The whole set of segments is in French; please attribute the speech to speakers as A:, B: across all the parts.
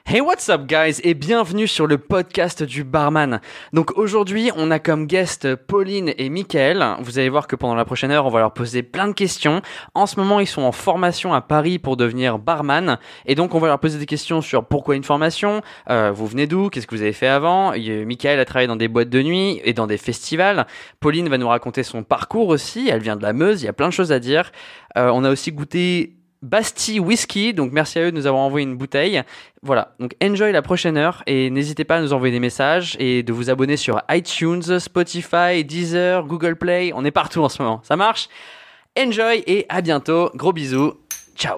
A: Hey, what's up guys et bienvenue sur le podcast du barman. Donc aujourd'hui, on a comme guest Pauline et Mickaël. Vous allez voir que pendant la prochaine heure, on va leur poser plein de questions. En ce moment, ils sont en formation à Paris pour devenir barman. Et donc, on va leur poser des questions sur pourquoi une formation, vous venez d'où, qu'est-ce que vous avez fait avant. Mickaël a travaillé dans des boîtes de nuit et dans des festivals. Pauline va nous raconter son parcours aussi. Elle vient de la Meuse, il y a plein de choses à dire. On a aussi goûté Bastille Whisky, donc merci à eux de nous avoir envoyé une bouteille. Voilà, donc enjoy la prochaine heure et n'hésitez pas à nous envoyer des messages et de vous abonner sur iTunes, Spotify, Deezer, Google Play, on est partout en ce moment, ça marche? Enjoy et à bientôt, gros bisous, ciao.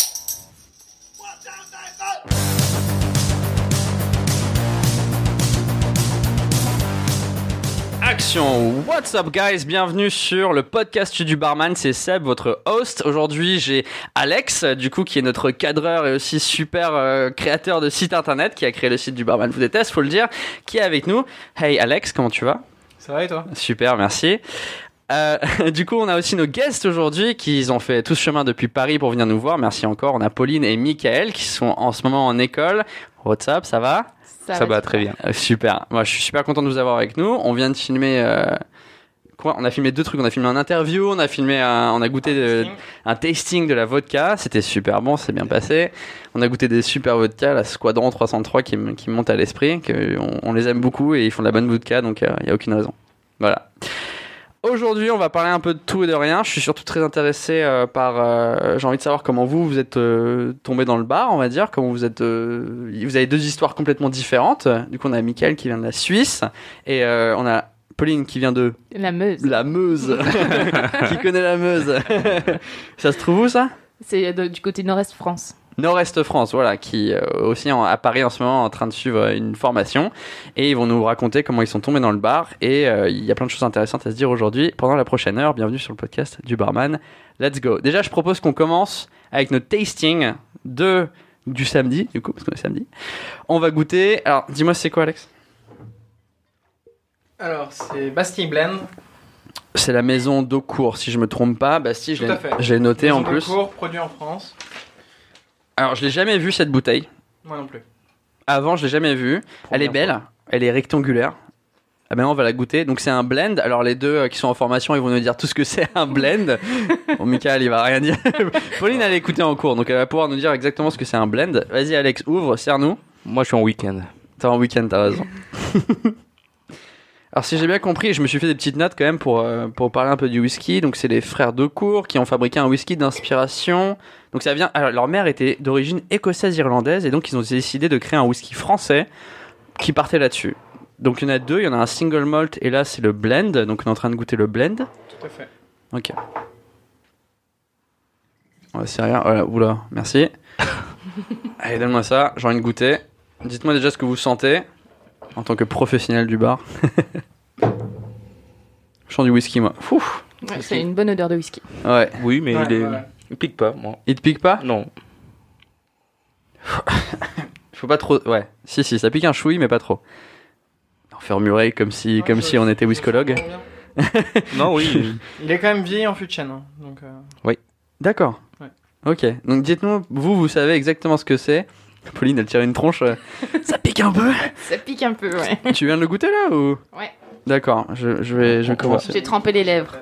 A: Action! What's up guys? Bienvenue sur le podcast du barman, c'est Seb, votre host. Aujourd'hui j'ai Alex, du coup qui est notre cadreur et aussi super créateur de site internet, qui a créé le site du barman vous déteste, faut le dire, qui est avec nous. Hey Alex, comment tu vas?
B: Ça va et toi?
A: Super, merci. Du coup, on a aussi nos guests aujourd'hui qui ont fait tout ce chemin depuis Paris pour venir nous voir. Merci encore. On a Pauline et Mickaël qui sont en ce moment en école. What's up, ça va?
C: Ça va très bien.
A: Super. Moi, je suis super content de vous avoir avec nous. On vient de filmer. On a filmé deux trucs. On a filmé un interview. On a goûté un tasting de la vodka. C'était super bon. C'est bien passé. On a goûté des super vodkas, la Squadron 303 qui me monte à l'esprit. On les aime beaucoup et ils font de la bonne vodka, donc il y a aucune raison. Voilà. Aujourd'hui, on va parler un peu de tout et de rien. Je suis surtout très intéressé par... j'ai envie de savoir comment vous êtes tombé dans le bar, on va dire. Comment vous êtes... vous avez deux histoires complètement différentes. Du coup, on a Mickaël qui vient de la Suisse. Et on a Pauline qui vient de...
C: La Meuse.
A: La Meuse. Qui connaît la Meuse. Ça se trouve où, ça?
C: C'est du côté nord-est France.
A: Nord-Est France, voilà, qui aussi à Paris en ce moment en train de suivre une formation et ils vont nous raconter comment ils sont tombés dans le bar et il y a plein de choses intéressantes à se dire aujourd'hui pendant la prochaine heure. Bienvenue sur le podcast du barman. Let's go. Déjà, je propose qu'on commence avec notre tasting du samedi, du coup, parce qu'on est samedi. On va goûter. Alors, dis-moi, c'est quoi, Alex?
B: Alors, c'est Bastille Blend.
A: C'est la maison d'Aucourt, si je me trompe pas. Bastille, je l'ai noté
B: maison
A: en plus.
B: Aucourt, produit en France.
A: Alors, je l'ai jamais vu cette bouteille.
B: Moi non plus.
A: Avant, je l'ai jamais vue. Elle est belle, elle est rectangulaire. Ah ben on va la goûter. Donc c'est un blend. Alors les deux qui sont en formation, ils vont nous dire tout ce que c'est un blend. Bon, Mickaël, il va rien dire. Pauline, elle est écoutée en cours, donc elle va pouvoir nous dire exactement ce que c'est un blend. Vas-y Alex, ouvre, sers-nous.
D: Moi je suis en week-end.
A: T'es en week-end, t'as raison. Alors si j'ai bien compris, je me suis fait des petites notes quand même pour parler un peu du whisky. Donc c'est les frères D'Aucourt qui ont fabriqué un whisky d'inspiration. Donc ça vient. Alors leur mère était d'origine écossaise-irlandaise et donc ils ont décidé de créer un whisky français qui partait là-dessus. Donc il y en a deux, il y en a un single malt et là c'est le blend. Donc on est en train de goûter le blend.
B: Tout à fait.
A: Ok. Ouais, c'est rien. Voilà, oula, merci. Allez, donne-moi ça, j'ai envie de goûter. Dites-moi déjà ce que vous sentez en tant que professionnel du bar. Je sens du whisky, moi. Ouf.
C: Ouais, c'est une bonne odeur de whisky.
A: Ouais.
D: Oui, mais
B: Ouais.
D: il pique pas, moi.
A: Il te pique pas?
D: Non.
A: Faut pas trop. Ouais. Si, ça pique un chouï, mais pas trop. On fait remuer comme si on était whiskologue.
D: Non, oui.
B: Il est quand même vieilli en fût de chêne. Hein, donc,
A: Oui. D'accord.
B: Ouais.
A: Ok. Donc dites-nous, vous savez exactement ce que c'est. Pauline, elle tire une tronche. Ça pique un peu.
C: Ça pique un peu, ouais.
A: Tu viens de le goûter là ou?
C: Ouais.
A: D'accord. Je vais commencer.
C: J'ai trempé les lèvres.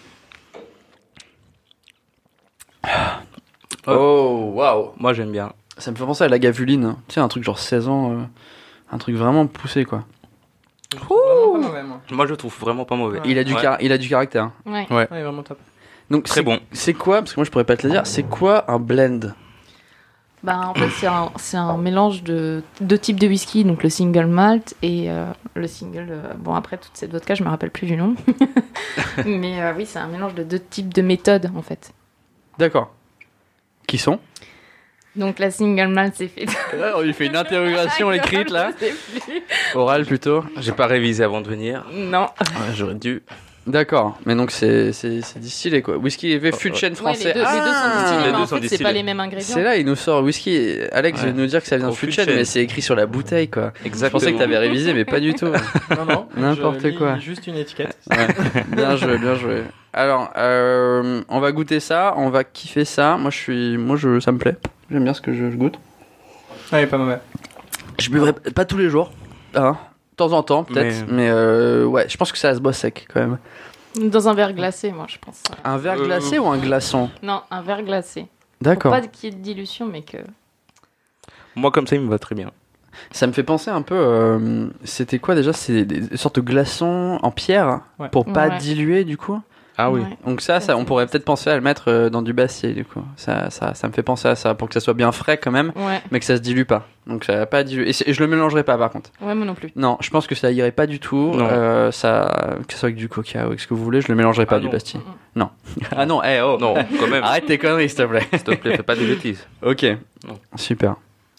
A: Oh, waouh.
D: Moi j'aime bien.
A: Ça me fait penser à la gavuline. Tu sais, un truc genre 16 ans. Un truc vraiment poussé, quoi.
B: Je trouve vraiment pas mauvais, moi.
D: Moi je trouve vraiment pas mauvais.
B: Ouais.
A: Il a du caractère.
C: Ouais.
D: Ouais.
B: Ouais, il est vraiment top.
A: Donc,
D: Très bon.
A: C'est quoi, parce que moi je pourrais pas te le dire, c'est quoi un blend?
C: En fait, c'est un mélange de deux types de whisky, donc le single malt et le single. Bon, après, toute cette vodka, je me rappelle plus du nom. Mais oui, c'est un mélange de deux types de méthodes, en fait.
A: D'accord. Qui sont?
C: Donc la single malt, c'est fait.
A: On lui fait une interrogation écrite là. Orale plutôt.
D: J'ai pas révisé avant de venir.
C: Non.
D: Ouais, j'aurais dû.
A: D'accord, mais donc c'est distillé quoi. Whisky et fût de chêne français.
C: Ouais, les deux sont distillés,
D: les
C: mais
D: deux
C: en
D: sont
C: fait, c'est
D: distillés.
C: pas les mêmes ingrédients.
A: C'est là, il nous sort whisky. Alex
D: Ouais.
A: veut nous dire que ça vient de
D: Au
A: fût de
D: fût de
A: chêne,
D: chêne.
A: mais c'est écrit sur la bouteille quoi. Je
D: Exactement.
A: pensais que t'avais révisé, mais pas du tout.
B: Non.
A: N'importe
B: je lis
A: quoi.
B: Juste une étiquette.
A: Ouais. Bien joué. Alors, on va goûter ça, on va kiffer ça. Ça me plaît. J'aime bien ce que je goûte.
B: Ouais, pas mauvais.
A: Je buvrais pas tous les jours, hein, de temps en temps peut-être, mais ouais, je pense que ça se boit sec quand même.
C: Dans un verre glacé, moi, je pense.
A: Un verre glacé ou un glaçon?
C: Non, un verre glacé.
A: D'accord.
C: Faut pas qu'il y ait de dilution, mais que...
D: Moi, comme ça, il me va très bien.
A: Ça me fait penser un peu, c'était quoi déjà? C'est des sortes de glaçons en pierre
B: Ouais.
A: pour pas
C: Ouais.
A: diluer du coup.
D: Ah oui.
C: Ouais.
A: Donc ça, on pourrait peut-être penser à le mettre dans du bassier du coup. Ça me fait penser à ça pour que ça soit bien frais quand même,
C: Ouais,
A: mais que ça se dilue pas. Donc ça va pas diluer. Et je le mélangerai pas par contre.
C: ouais, moi non plus.
A: Non, je pense que ça irait pas du tout.
D: Non.
A: Que ça soit avec du coca ou avec ce que vous voulez, je le mélangerai pas
D: Ah
A: du
D: non.
A: pastis. Ah non, oh.
D: Non, quand même.
A: Arrête tes conneries s'il te plaît.
D: S'il te plaît, fais pas de bêtises.
A: Ok,
D: Non.
A: super.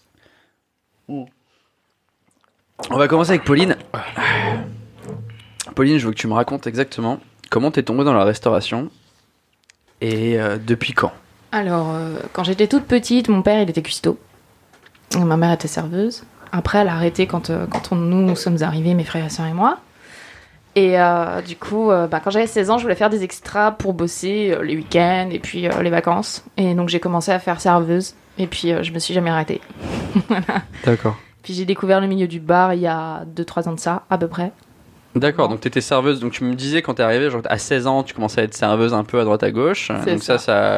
A: On va commencer avec Pauline. Pauline, je veux que tu me racontes exactement comment t'es tombée dans la restauration et depuis quand.
C: Alors, quand j'étais toute petite, mon père, il était cuistot. Et ma mère était serveuse. Après, elle a arrêté quand nous sommes arrivés, mes frères et sœurs et moi. Et du coup, quand j'avais 16 ans, je voulais faire des extras pour bosser les week-ends et puis les vacances. Et donc, j'ai commencé à faire serveuse. Et puis, je me suis jamais arrêtée. Voilà.
A: D'accord.
C: Puis, j'ai découvert le milieu du bar il y a 2-3 ans de ça, à peu près.
A: D'accord, donc t'étais serveuse. Donc tu me disais quand t'es arrivée, genre à 16 ans, tu commençais à être serveuse un peu à droite à gauche.
C: C'est
A: Donc ça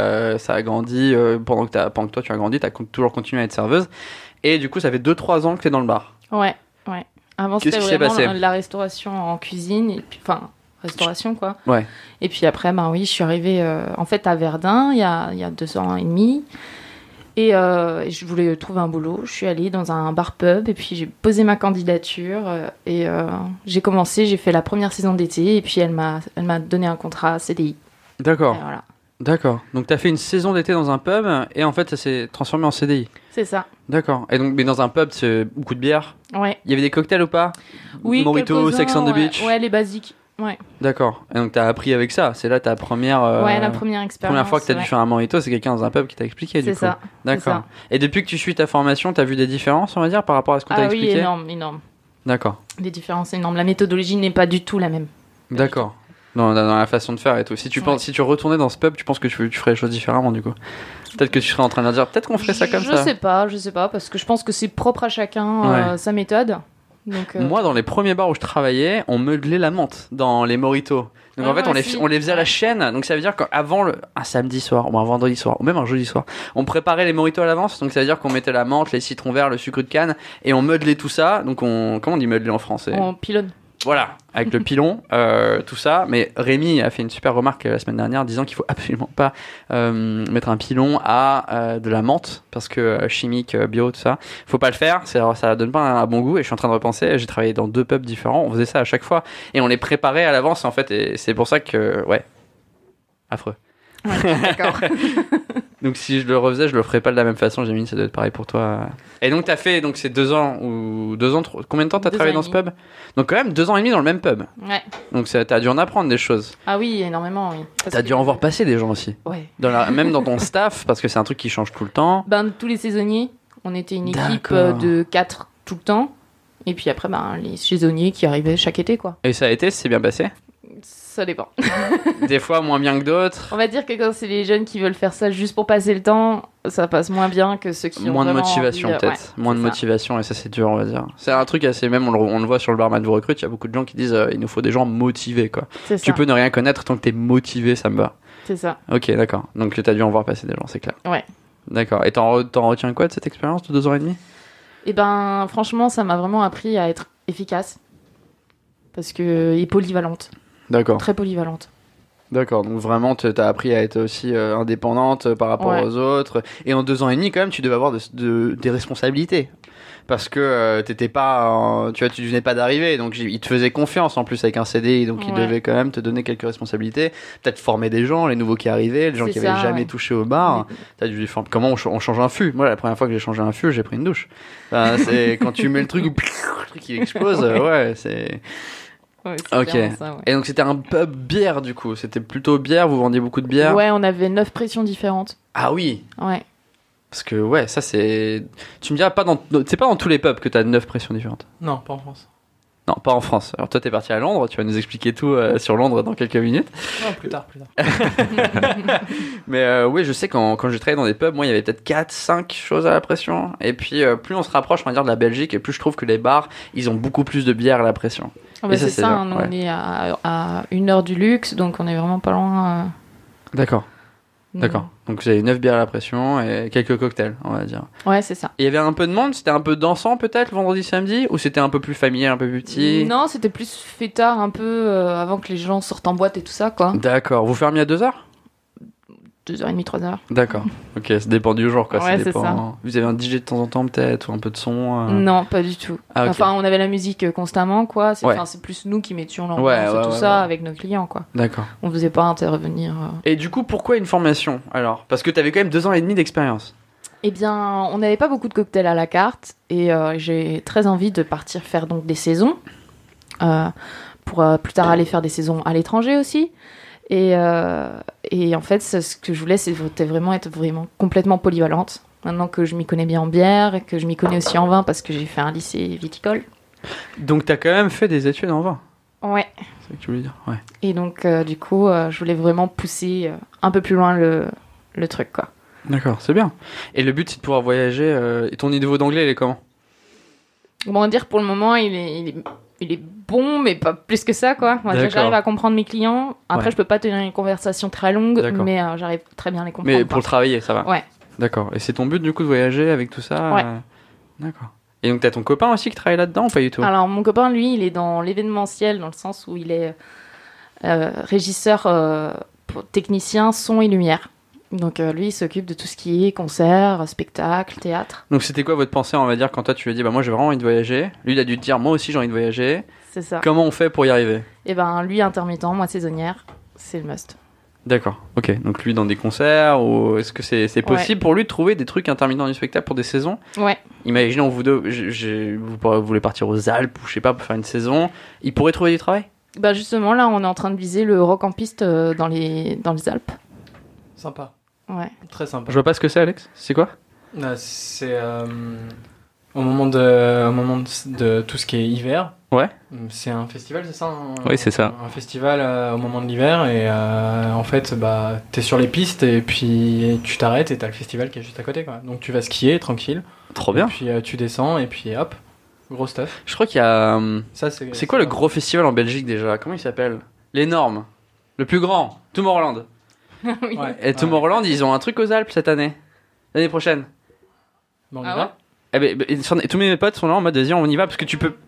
A: a grandi pendant que toi tu as grandi, toujours continué à être serveuse. Et du coup, ça fait 2-3 ans que t'es dans le bar.
C: Ouais. Avant,
A: Qu'est-ce
C: c'était
A: qui s'est
C: vraiment
A: passé
C: la restauration en cuisine. Et puis, enfin, restauration, quoi.
A: Ouais.
C: Et puis après, oui, je suis arrivée en fait à Verdun il y a 2 ans et demi. Et je voulais trouver un boulot. Je suis allée dans un bar-pub et puis j'ai posé ma candidature. Et j'ai commencé, j'ai fait la première saison d'été. Et puis elle m'a donné un contrat CDI.
A: D'accord.
C: Et voilà.
A: D'accord. Donc t'as fait une saison d'été dans un pub et en fait ça s'est transformé en CDI.
C: C'est ça.
A: D'accord. Et donc mais dans un pub, c'est beaucoup de bière.
C: Ouais.
A: Il y avait des cocktails ou pas?
C: Oui,
A: Mojito,
C: quelques-uns,
A: Sex on the
C: ouais.
A: Beach.
C: Ouais, les basiques. Ouais.
A: D'accord. Et donc t'as appris avec ça. C'est là ta première.
C: Ouais, la première expérience.
A: Première fois que t'as dû
C: ouais.
A: faire un mojito, c'est quelqu'un dans un pub qui t'a expliqué du
C: C'est
A: coup.
C: ça.
A: D'accord.
C: ça.
A: Et depuis que tu suis ta formation, t'as vu des différences, on va dire, par rapport à ce qu'on t'a
C: Ah oui,
A: expliqué?
C: énorme.
A: D'accord.
C: Des différences énormes. La méthodologie n'est pas du tout la même.
A: D'accord. Dans la façon de faire et tout. Si tu penses, si tu retournais dans ce pub, tu penses que tu ferais les choses différemment du coup? Peut-être que tu serais en train de dire, peut-être qu'on ferait ça comme ça.
C: Je sais pas, parce que je pense que c'est propre à chacun sa méthode. Donc,
A: Moi, dans les premiers bars où je travaillais, on meulait la menthe dans les mojitos. Donc
C: Ouais,
A: en fait,
C: moi aussi.
A: on les faisait à la
C: Ouais.
A: chaîne. Donc ça veut dire qu'avant un samedi soir ou un vendredi soir ou même un jeudi soir, on préparait les mojitos à l'avance. Donc ça veut dire qu'on mettait la menthe, les citrons verts, le sucre de canne et on modelait tout ça. Donc comment on dit modeler en français?
C: on pilonne.
A: Voilà, avec le pilon, tout ça. Mais Rémi a fait une super remarque la semaine dernière disant qu'il faut absolument pas mettre un pilon à de la menthe parce que chimique, bio, tout ça, faut pas le faire. Ça donne pas un bon goût. Et je suis en train de repenser. J'ai travaillé dans 2 pubs différents. On faisait ça à chaque fois et on les préparait à l'avance en fait. Et c'est pour ça que affreux.
C: Ouais, d'accord.
A: Donc si je le refaisais, je le ferais pas de la même façon. J'ai mis, ça doit être pareil pour toi. Et donc t'as fait donc c'est 2 ans ou 2 ans. Combien de temps t'as
C: 2
A: travaillé
C: ans
A: dans
C: et
A: ce pub? Donc quand même 2 ans et demi dans le même pub.
C: Ouais.
A: Donc t'as dû en apprendre des choses.
C: Ah oui, énormément, oui. Parce
A: T'as
C: que-
A: dû en voir passer des gens aussi.
C: Ouais.
A: Même dans ton staff, parce que c'est un truc qui change tout le temps.
C: Tous les saisonniers, on était une équipe
A: D'accord.
C: de 4 tout le temps. Et puis après, les saisonniers qui arrivaient chaque été, quoi.
A: Et ça a été, c'est bien passé.
C: Ça dépend.
A: Des fois moins bien que d'autres.
C: On va dire que quand c'est les jeunes qui veulent faire ça juste pour passer le temps, ça passe moins bien que ceux qui ont
A: Moins de
C: vraiment
A: motivation
C: envie de-
A: peut-être.
C: Ouais,
A: Moins de
C: c'est ça.
A: motivation et ça c'est dur on va dire. C'est un truc assez même, on le voit sur le barman vous recrute, il y a beaucoup de gens qui disent il nous faut des gens motivés quoi.
C: C'est ça.
A: Tu peux ne rien connaître tant que t'es motivé, ça me va.
C: C'est ça.
A: Ok d'accord. Donc t'as dû en voir passer des gens, c'est clair.
C: Ouais.
A: D'accord. Et t'en retiens quoi de cette expérience de 2 ans et demi?
C: Et franchement, ça m'a vraiment appris à être efficace. Parce que... Et polyvalente.
A: D'accord.
C: Très polyvalente.
A: D'accord, donc vraiment t'as appris à être aussi indépendante par rapport
C: Ouais.
A: aux autres. Et en 2 ans et demi quand même tu devais avoir des responsabilités. Parce que t'étais pas, tu venais pas d'arriver, donc il te faisait confiance en plus avec un CDI, donc il
C: Ouais.
A: devait quand même te donner quelques responsabilités. Peut-être former des gens, les nouveaux qui arrivaient, les gens
C: C'est
A: qui
C: ça,
A: avaient jamais
C: ouais.
A: touché au bar. T'as dû les former. Comment on change un fût? Moi la première fois que j'ai changé un fût, j'ai pris une douche. Enfin, c'est quand tu mets le truc, le truc il explose, ouais c'est...
C: Ouais, c'est
A: Ok.
C: clairement ça, ouais.
A: Et donc c'était un pub bière du coup, c'était plutôt bière, vous vendiez beaucoup de bière?
C: Ouais, on avait 9 pressions différentes.
A: Ah oui,
C: Ouais.
A: parce que ouais, ça c'est... Tu me diras, c'est pas dans tous les pubs que t'as 9 pressions différentes.
B: Non, pas en France.
A: Non, pas en France. Alors toi, t'es parti à Londres, tu vas nous expliquer tout sur Londres dans quelques minutes.
B: Non, plus tard.
A: Mais oui, je sais quand j'ai travaillé dans des pubs, moi, il y avait peut-être 4-5 choses à la pression. Et puis, plus on se rapproche, on va dire, de la Belgique, et plus je trouve que les bars, ils ont beaucoup plus de bière à la pression.
C: Ah bah
A: Et ça,
C: c'est
A: c'est
C: ça,
A: bien,
C: nous,
A: ouais.
C: on est à 1 heure du luxe, donc on est vraiment pas loin.
A: D'accord. D'accord. Donc vous avez 9 bières à la pression et quelques cocktails, on va dire.
C: Ouais, c'est ça.
A: Et il y avait un peu de monde, c'était un peu dansant peut-être le vendredi samedi, ou c'était un peu plus familier, un peu plus petit?
C: Non, c'était plus fêtard un peu avant que les gens sortent en boîte et tout ça, quoi.
A: D'accord. Vous fermiez à 2h?
C: 2h30, 3h.
A: D'accord. Ok, ça dépend du jour, quoi.
C: Ouais,
A: ça
C: c'est
A: dépend.
C: ça.
A: Vous avez un DJ de temps en temps peut-être, ou un peu de son
C: Non, pas du tout.
A: Ah, ok.
C: Enfin, on avait la musique constamment, quoi. C'est
A: Ouais.
C: c'est plus nous qui mettions l'ambiance
A: Ouais,
C: et
A: ouais,
C: tout
A: ouais,
C: ça
A: ouais.
C: avec nos clients, quoi.
A: D'accord.
C: On faisait pas intervenir.
A: Et du coup, pourquoi une formation alors? Parce que t'avais quand même 2 ans et demi d'expérience.
C: Eh bien, on n'avait pas beaucoup de cocktails à la carte et j'ai très envie de partir faire donc des saisons pour plus tard aller faire des saisons à l'étranger aussi. Et en fait, ce que je voulais, c'était vraiment être vraiment complètement polyvalente. Maintenant que je m'y connais bien en bière et que je m'y connais aussi en vin parce que j'ai fait un lycée viticole.
A: Donc t'as quand même fait des études en vin.
C: Ouais.
A: C'est ce que tu voulais dire. Ouais.
C: Et donc, du coup, je voulais vraiment pousser un peu plus loin le truc, quoi.
A: D'accord, c'est bien. Et le but, c'est de pouvoir voyager. Et ton niveau d'anglais, il est comment?
C: Comment dire, pour le moment, il est bon, mais pas plus que ça, quoi. On va dire,
A: D'accord.
C: j'arrive à comprendre mes clients. Après,
A: Ouais.
C: je peux pas tenir une conversation très longue,
A: D'accord.
C: mais j'arrive très bien à les comprendre.
A: Mais pour le travailler, ça va.
C: Ouais.
A: D'accord. Et c'est ton but, du coup, de voyager avec tout ça?
C: Ouais.
A: D'accord. Et donc, t'as ton copain aussi qui travaille là-dedans ou pas du tout?
C: Alors, mon copain, lui, il est dans l'événementiel, dans le sens où il est régisseur, technicien, son et lumière. Donc, lui, il s'occupe de tout ce qui est concert, spectacle, théâtre.
A: Donc, c'était quoi votre pensée, on va dire, quand toi, tu lui as dit, bah, moi, j'ai vraiment envie de voyager. Lui, il a dû te dire, moi aussi, j'ai envie de voyager.
C: C'est ça.
A: Comment on fait pour y arriver?
C: Et ben, lui, intermittent, moi, saisonnière, c'est le must.
A: D'accord, ok. Donc lui dans des concerts, ou est-ce que c'est possible pour lui de trouver des trucs intermittents du spectacle pour des saisons?
C: Ouais.
A: Imaginons vous deux, vous voulez partir aux Alpes ou je sais pas pour faire une saison, il pourrait trouver du travail?
C: Bah, justement, là, on est en train de viser le rock en piste dans les Alpes.
B: Sympa.
C: Ouais.
B: Très sympa.
A: Je vois pas ce que c'est, Alex. C'est quoi?
B: C'est au moment de tout ce qui est hiver.
A: Ouais.
B: C'est un festival, c'est ça?
D: Oui, c'est ça.
B: Un festival au moment de l'hiver et en fait, bah, t'es sur les pistes et puis tu t'arrêtes et t'as le festival qui est juste à côté, quoi. Donc tu vas skier tranquille.
A: Trop bien.
B: Et puis tu descends et puis hop, gros stuff.
A: Je crois qu'il y a.
B: Ça,
A: C'est quoi le gros festival en Belgique déjà? Comment il s'appelle? L'énorme. Le plus grand. Tomorrowland.
C: Oui.
B: Ouais.
A: Et Tomorrowland, ils ont un truc aux Alpes cette année. L'année prochaine.
B: Bon, on y
C: Ah
B: va.
C: ouais
A: Eh ben, tous mes potes sont là en mode vas-y, on y va parce que tu peux.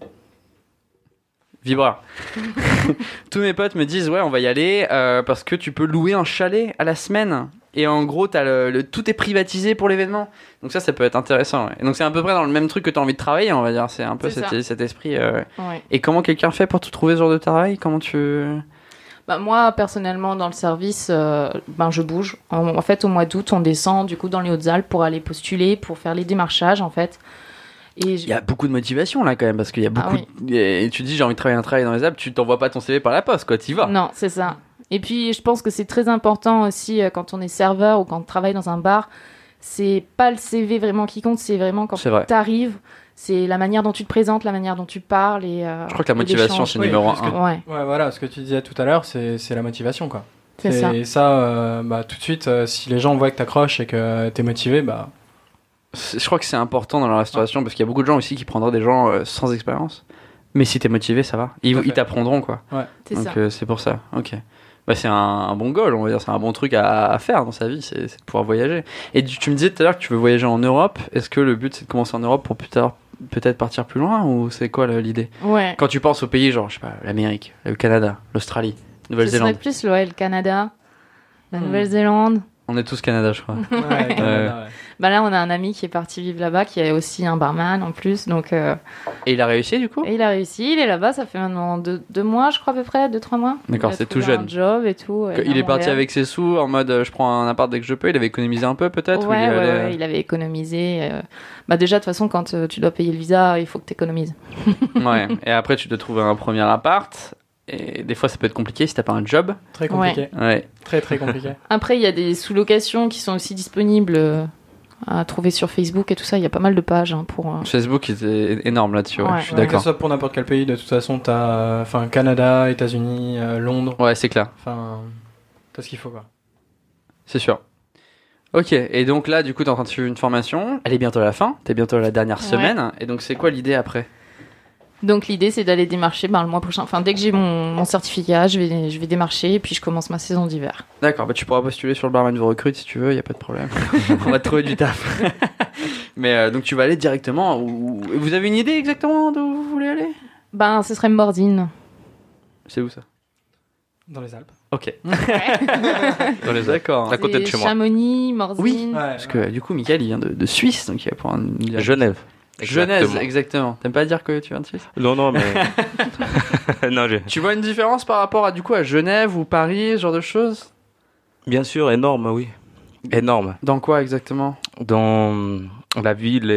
A: Vibreur. Tous mes potes me disent ouais, on va y aller parce que tu peux louer un chalet à la semaine. Et en gros, t'as tout est privatisé pour l'événement. Donc ça peut être intéressant. Ouais. Et donc c'est à peu près dans le même truc que t'as envie de travailler, on va dire. C'est un peu
C: C'est ça.
A: cet esprit.
C: Ouais.
A: Et comment quelqu'un fait pour te trouver ce genre de travail? Comment tu...
C: Bah, moi, personnellement, dans le service, je bouge. En fait, au mois d'août, on descend du coup dans les Hautes-Alpes pour aller postuler, pour faire les démarchages, en fait. Et
A: Il y a beaucoup de motivation là quand même parce qu'il y a beaucoup.
C: oui.
A: Et tu dis j'ai envie de travailler un travail dans les Alpes, tu t'envoies pas ton CV par la poste quoi, t'y vas.
C: Non, c'est ça. Et puis, je pense que c'est très important aussi quand on est serveur ou quand on travaille dans un bar. C'est pas le CV vraiment qui compte, c'est vraiment quand
A: C'est vrai.
C: t'arrives. C'est la manière dont tu te présentes, la manière dont tu parles.
A: Je crois que la motivation c'est
B: Oui,
A: numéro
B: parce que-
A: 1.
C: Ouais,
B: Ouais, voilà, ce que tu disais tout à l'heure, c'est la motivation, quoi.
C: c'est ça.
B: Et ça, bah, tout de suite, si les gens voient que t'accroches et que t'es motivé, bah,
A: Je crois que c'est important dans la restauration parce qu'il y a beaucoup de gens aussi qui prendraient des gens sans expérience. Mais si t'es motivé, ça va.
B: Tout à
A: Ils
B: fait.
A: t'apprendront quoi.
C: C'est
A: Donc
C: ça.
A: c'est pour ça. Ok. Bah, c'est un bon goal, on va dire. C'est un bon truc à faire dans sa vie, c'est de pouvoir voyager. Et tu me disais tout à l'heure que tu veux voyager en Europe. Est-ce que le but c'est de commencer en Europe pour plus tard peut-être partir plus loin ou c'est quoi l'idée?
C: Ouais.
A: Quand tu penses aux pays genre, je sais pas, l'Amérique, le Canada, l'Australie,
C: Ce serait
A: Nouvelle-Zélande.
C: plus le Canada, la
B: Hmm.
C: Nouvelle-Zélande.
A: On est tous Canada, je crois.
B: ouais, Canada, ouais.
C: Bah là, on a un ami qui est parti vivre là-bas, qui est aussi un barman en plus. Donc,
A: Et il a réussi du coup?
C: et il a réussi, il est là-bas, ça fait maintenant 2 mois, je crois, à peu près, 2-3 mois.
A: D'accord,
C: Il a
A: c'est tout
C: trouvé
A: jeune.
C: un job et tout.
A: Il est parti avec ses sous en mode je prends un appart dès que je peux. Il avait économisé un peu peut-être ou il y
C: Ouais,
A: allait,
C: il avait économisé. Bah déjà, de toute façon, quand tu dois payer le visa, il faut que tu économises.
A: Ouais. Et après tu te trouves un premier appart. Et des fois ça peut être compliqué si t'as pas un job.
B: Très compliqué.
A: Ouais.
B: Très, très compliqué.
C: Après, il y a des sous-locations qui sont aussi disponibles à trouver sur Facebook et tout ça. Il y a pas mal de pages pour.
A: Facebook est énorme là-dessus, ouais,
C: Ouais.
A: je suis
B: Que ce
A: d'accord.
B: soit pour n'importe quel pays, de toute façon, t'as Canada, États-Unis, Londres.
A: Ouais, c'est clair,
B: Enfin, t'as ce qu'il faut, quoi.
A: c'est sûr. Ok, et donc là, du coup, t'es en train de suivre une formation. Elle est bientôt à la fin, t'es bientôt à la dernière
C: Ouais.
A: semaine. Et donc, c'est quoi l'idée après?
C: Donc l'idée c'est d'aller démarcher le mois prochain. Enfin dès que j'ai mon certificat, je vais démarcher et puis je commence ma saison d'hiver.
A: D'accord, bah tu pourras postuler sur le barman vous recrute si tu veux, y a pas de problème. On va te trouver du taf. Mais donc tu vas aller directement. Vous avez une idée exactement d'où vous voulez aller?
C: Ben ce serait Mordine.
A: C'est où ça?
B: Dans les Alpes.
A: Ok.
D: Dans les Alpes.
A: D'accord.
D: À côté de
C: C'est
D: chez moi.
C: Chamonix, Mordine.
A: Oui. Parce que du coup, Mickaël il vient de Suisse, donc il va pouvoir nous dire.
D: Genève.
A: Genèse,
D: Exactement.
A: exactement. T'aimes pas dire que tu viens de Suisse?
D: Non, mais. non,
A: Tu vois une différence par rapport à du coup à Genève ou Paris, ce genre de choses?
D: Bien sûr, énorme, oui. Énorme.
A: Dans quoi exactement?
D: Dans la ville,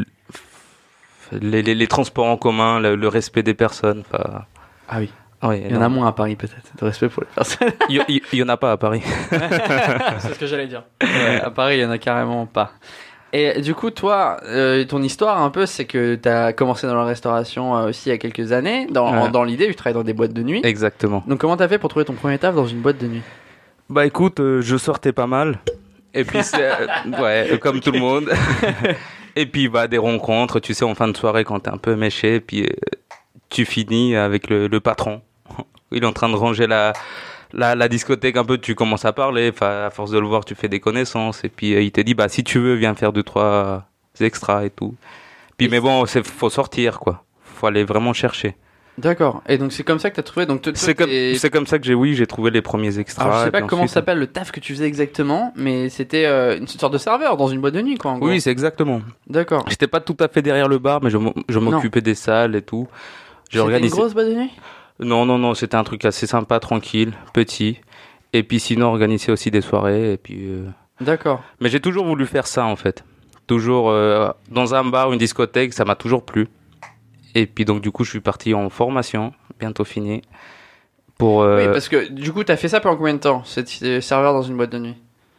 D: les transports en commun, le respect des personnes. Enfin,
A: Ah oui.
D: oui,
A: Il y en a moins à Paris peut-être, de respect pour les personnes.
D: Il y en a pas à Paris.
B: C'est ce que j'allais dire.
A: Ouais, à Paris, il y en a carrément pas. Et du coup, toi, ton histoire un peu, c'est que tu as commencé dans la restauration aussi il y a quelques années.
D: Ouais.
A: Dans l'idée, tu travailles dans des boîtes de nuit.
D: Exactement.
A: Donc comment t'as fait pour trouver ton premier taf dans une boîte de nuit?
D: Bah écoute, je sortais pas mal. Et puis, ouais, comme tout le monde. Et puis, bah, des rencontres, tu sais, en fin de soirée, quand t'es un peu méché, puis tu finis avec le patron. Il est en train de ranger la discothèque un peu, tu commences à parler, à force de le voir, tu fais des connaissances, et puis il te dit, bah, si tu veux, viens faire 2-3 extras et tout. Puis, mais bon, faut sortir, quoi. Faut aller vraiment chercher.
A: D'accord. Et donc c'est comme ça que t'as trouvé. Donc
D: C'est comme ça que j'ai trouvé les premiers extras.
A: Alors je sais
D: et
A: pas
D: puis
A: comment
D: ensuite-
A: s'appelle le taf que tu faisais exactement, mais c'était une sorte de serveur dans une boîte de nuit, quoi. En gros.
D: Oui, c'est exactement.
A: D'accord.
D: J'étais pas tout à fait derrière le bar, mais je m'occupais des salles et tout. J'ai
A: C'était une
D: organisé.
A: grosse boîte de nuit?
D: Non, c'était un truc assez sympa, tranquille, petit. Et puis sinon, organiser aussi des soirées. Et puis,
A: D'accord.
D: mais j'ai toujours voulu faire ça, en fait. Toujours dans un bar, une discothèque, ça m'a toujours plu. Et puis donc, du coup, je suis parti en formation, bientôt fini. Pour,
A: Oui, parce que du coup, t'as fait ça pendant combien de temps? C'était serveur dans une boîte de nuit?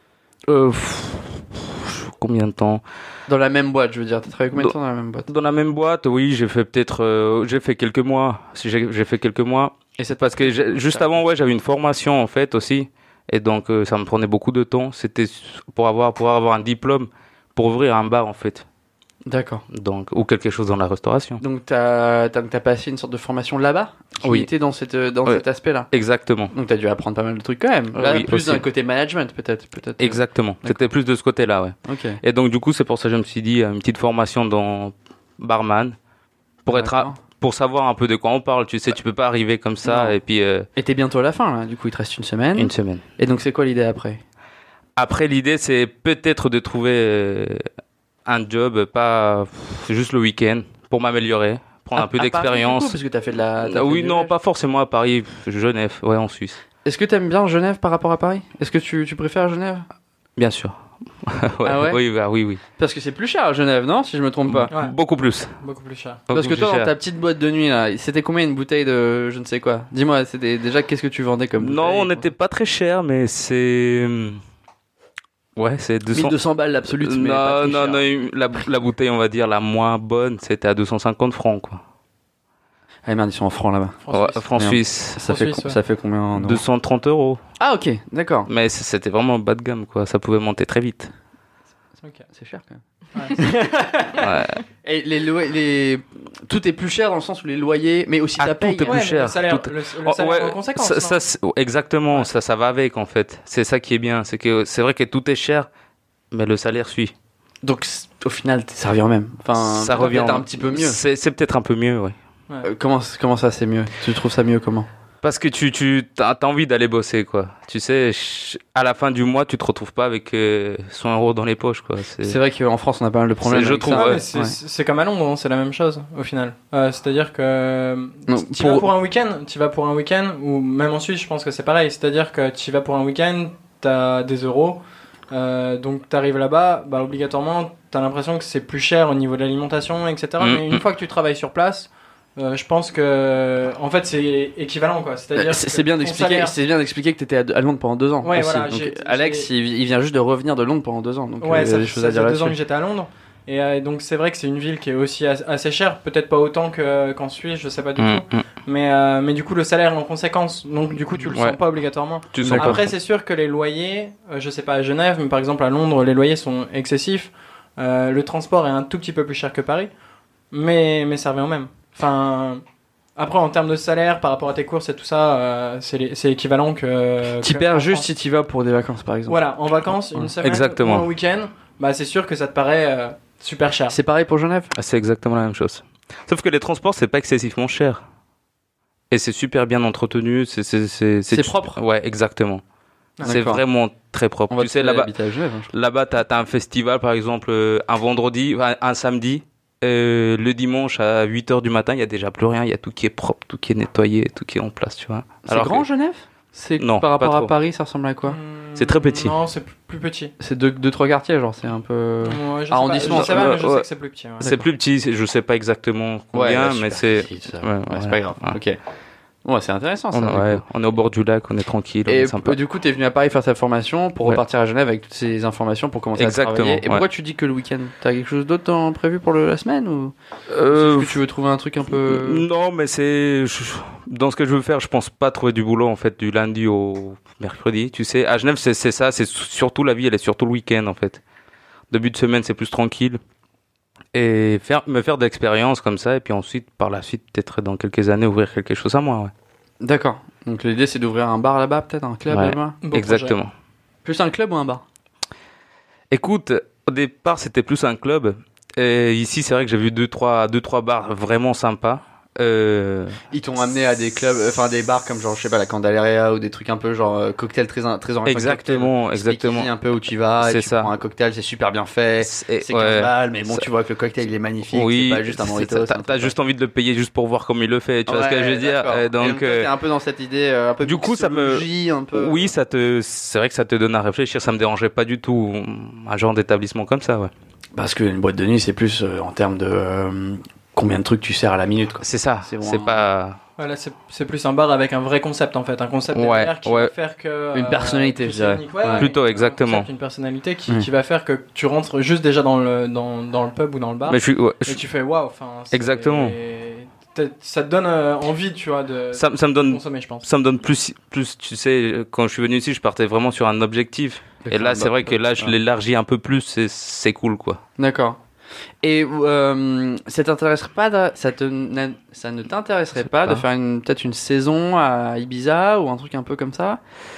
D: Combien de temps?
A: Dans la même boîte, je veux dire. T'as travaillé combien de temps dans la même boîte?
D: Dans la même boîte, oui, j'ai fait j'ai fait quelques mois. J'ai fait quelques mois.
A: Et cette
D: Parce que juste avant, ouais, j'avais une formation en fait aussi, et donc ça me prenait beaucoup de temps. C'était pour avoir un diplôme pour ouvrir un bar en fait,
A: D'accord.
D: donc ou quelque chose dans la restauration.
A: Donc t'as passé une sorte de formation là-bas qui
D: Oui.
A: était dans
D: Ouais.
A: cet aspect-là.
D: Exactement,
A: Donc t'as dû apprendre pas mal de trucs quand même. Là,
D: Oui,
A: plus
D: aussi.
A: d'un côté management peut-être.
D: exactement. C'était plus de ce côté-là, ouais.
A: Ok.
D: Et donc du coup, c'est pour ça que je me suis dit une petite formation dans barman pour
A: D'accord.
D: pour savoir un peu de quoi on parle. Tu sais, tu peux pas arriver comme ça
A: Non.
D: et puis
A: Et t'es bientôt à la fin là. Du coup, il te reste une semaine.
D: une semaine.
A: Et donc c'est quoi l'idée après?
D: Après, l'idée, c'est peut-être de trouver un job, pas juste le week-end, pour m'améliorer, prendre un peu
A: À Paris, du coup,
D: d'expérience.
A: parce que t'as fait de la. t'as fait
D: Oui,
A: du
D: non,
A: Genève.
D: pas forcément à Paris, Genève, ouais, en Suisse.
A: Est-ce que t'aimes bien Genève par rapport à Paris? Est-ce que tu préfères Genève?
D: Bien sûr. Ouais,
A: Ah ouais
D: oui.
A: Parce que c'est plus cher à Genève, non? Si je me trompe pas.
B: Ouais,
D: Beaucoup plus.
B: beaucoup plus cher.
A: Parce que
D: Beaucoup
A: toi,
D: plus
A: dans
D: cher.
A: ta petite boîte de nuit là, c'était combien une bouteille de je ne sais quoi? Dis-moi, c'était déjà qu'est-ce que tu vendais comme bouteille?
D: Non, on n'était pas très cher, mais c'est. Ouais, c'est 200.
A: 1200 balles l'absolute, mais pas
D: Non,
A: très
D: non,
A: cher.
D: la bouteille, on va dire, la moins bonne, c'était à 250 francs, quoi.
A: Ah merde, ils sont en francs là-bas.
D: Ouais,
B: Suisse.
D: francs
A: Merde.
D: suisses.
A: Ça fait,
B: Suisse, ouais.
A: ça fait combien en euros?
D: 230 euros.
A: Ah ok, d'accord.
D: Mais c'était vraiment bas de gamme, quoi. Ça pouvait monter très vite.
B: Ok.
A: C'est cher quand même.
D: Ouais.
A: Et tout est plus cher dans le sens où les loyers, mais aussi
D: Ah,
A: ta
D: tout
A: paye.
D: est plus
B: Ouais, mais
D: cher.
B: le salaire,
D: Tout-
B: le
D: Oh,
B: salaire
D: ouais,
B: en conséquence.
D: ça,
B: non
D: exactement,
B: Ouais.
D: ça va avec en fait. C'est ça qui est bien, c'est que c'est vrai que tout est cher, mais le salaire suit.
A: Donc au final, ça revient au même. Enfin,
D: Ça revient
A: peut-être un petit peu mieux.
D: C'est peut-être un peu mieux, ouais.
A: Comment ça c'est mieux? Tu trouves ça mieux comment?
D: Parce que tu as envie d'aller bosser, quoi. Tu sais, à la fin du mois, tu te retrouves pas avec 100 euros dans les poches, quoi.
A: C'est vrai qu'en France, on a pas mal de problèmes.
D: je
A: avec
D: trouve,
A: ça.
B: Ouais,
D: ouais.
B: mais c'est comme à Londres, hein, c'est la même chose au final. C'est-à-dire que
A: Non,
B: tu vas pour un week-end, ou même en Suisse, je pense que c'est pareil. C'est-à-dire que tu vas pour un week-end, t'as des euros, donc t'arrives là-bas, bah, obligatoirement, t'as l'impression que c'est plus cher au niveau de l'alimentation, etc. Mais une fois que tu travailles sur place, Je pense que en fait c'est équivalent quoi. C'est-à-dire
A: c'est bien d'expliquer que tu étais à Londres pendant 2 ans.
B: Ouais,
A: aussi.
B: voilà,
A: Donc, Alex, il vient juste de revenir de Londres pendant 2 ans. Donc,
B: ouais,
A: il y a des choses à dire
B: fait 2
A: là-dessus.
B: ans que j'étais à Londres. Et donc c'est vrai que c'est une ville qui est aussi assez chère, peut-être pas autant qu'en Suisse, je sais pas du tout. Mais du coup le salaire est en conséquence. Donc du coup tu le sens pas obligatoirement. Après c'est sûr que les loyers, je sais pas à Genève, mais par exemple à Londres les loyers sont excessifs. Le transport est un tout petit peu plus cher que Paris, mais ça revient au même. Enfin, après en termes de salaire par rapport à tes courses et tout ça, c'est équivalent que.
A: Tu perds juste si tu vas pour des vacances par exemple.
B: Voilà, en vacances une semaine,
D: exactement.
B: ou un week-end, bah c'est sûr que ça te paraît super cher.
A: C'est pareil pour Genève.
D: C'est exactement la même chose. Sauf que les transports c'est pas excessivement cher et c'est super bien entretenu. C'est
A: propre.
D: Ouais, exactement. C'est
A: D'accord.
D: vraiment très propre.
A: On va
D: Tu sais là-bas.
A: habiter à Genève.
D: Là-bas, t'as un festival, par exemple, un vendredi, un samedi. Le dimanche à 8h du matin, il y a déjà plus rien. Il y a tout qui est propre, tout qui est nettoyé, tout qui est en place, tu vois.
A: C'est grand, Genève ?
D: Non,
A: par rapport
D: pas
A: à
D: trop.
A: Paris, ça ressemble à quoi ?
D: C'est très petit.
B: Non, c'est plus petit.
A: C'est 2-3 quartiers, genre, c'est un peu...
B: Ouais,
A: arrondissement.
B: Je sais pas, mais je sais que c'est plus petit. Ouais.
D: C'est plus petit, je sais pas exactement combien, mais c'est...
A: c'est pas grave.
D: Ouais.
A: Ok. Ouais, c'est intéressant ça.
D: On est au bord du lac, on est tranquille, on est sympa.
A: Et du coup, t'es venu à Paris faire ta formation pour repartir à Genève avec toutes ces informations pour commencer à travailler. Et pourquoi tu dis que le week-end ? T'as quelque chose d'autre prévu pour la semaine ou est-ce que tu veux trouver un truc un peu...
D: Non, mais dans ce que je veux faire, je pense pas trouver du boulot en fait du lundi au mercredi. Tu sais, à Genève, c'est ça, c'est surtout la vie, elle est surtout le week-end en fait. Début de semaine, c'est plus tranquille. Et me faire de l'expérience comme ça, et puis ensuite, par la suite, peut-être dans quelques années, ouvrir quelque chose à moi, ouais.
A: D'accord. Donc l'idée, c'est d'ouvrir un bar là-bas, peut-être un club là-bas.
D: Exactement.
A: Plus un club ou un bar ?
D: Écoute, au départ, c'était plus un club. Et ici, c'est vrai que j'ai vu 2-3 bars vraiment sympas.
A: Ils t'ont amené à des clubs, enfin des bars comme genre je sais pas la Candelaria ou des trucs un peu genre cocktail très orienté.
D: Exactement.
A: Un peu où tu vas,
D: c'est
A: et tu prends un cocktail, c'est super bien fait, c'est 15 balles, mais bon tu vois que le cocktail il est magnifique,
D: oui,
A: c'est pas juste un mojito.
D: T'as juste envie de le payer juste pour voir comment il le fait, tu vois ce que je veux dire. Donc
A: t'es un peu dans cette idée un peu.
D: Du coup ça me,
A: un peu.
D: Oui c'est vrai que ça te donne à réfléchir, ça me dérangeait pas du tout un genre d'établissement comme ça, ouais.
A: Parce qu'une boîte de nuit c'est plus en termes de combien de trucs tu sers à la minute, quoi.
D: C'est ça, c'est pas...
B: Voilà, c'est plus un bar avec un vrai concept en fait, un concept derrière qui va faire que...
A: Une personnalité, je dirais.
D: Plutôt, exactement.
B: Une personnalité qui va faire que tu rentres juste déjà dans le pub ou dans le bar, et tu fais waouh,
D: exactement.
B: Ça te donne envie, tu vois, de consommer, je pense.
D: Ça me donne plus, tu sais, quand je suis venu ici, je partais vraiment sur un objectif. Et là, c'est vrai que là, je l'élargis un peu plus, c'est cool, quoi.
A: D'accord. Et ça t'intéresserait pas ça ne t'intéresserait pas de faire peut-être une saison à Ibiza ou un truc un peu comme ça ?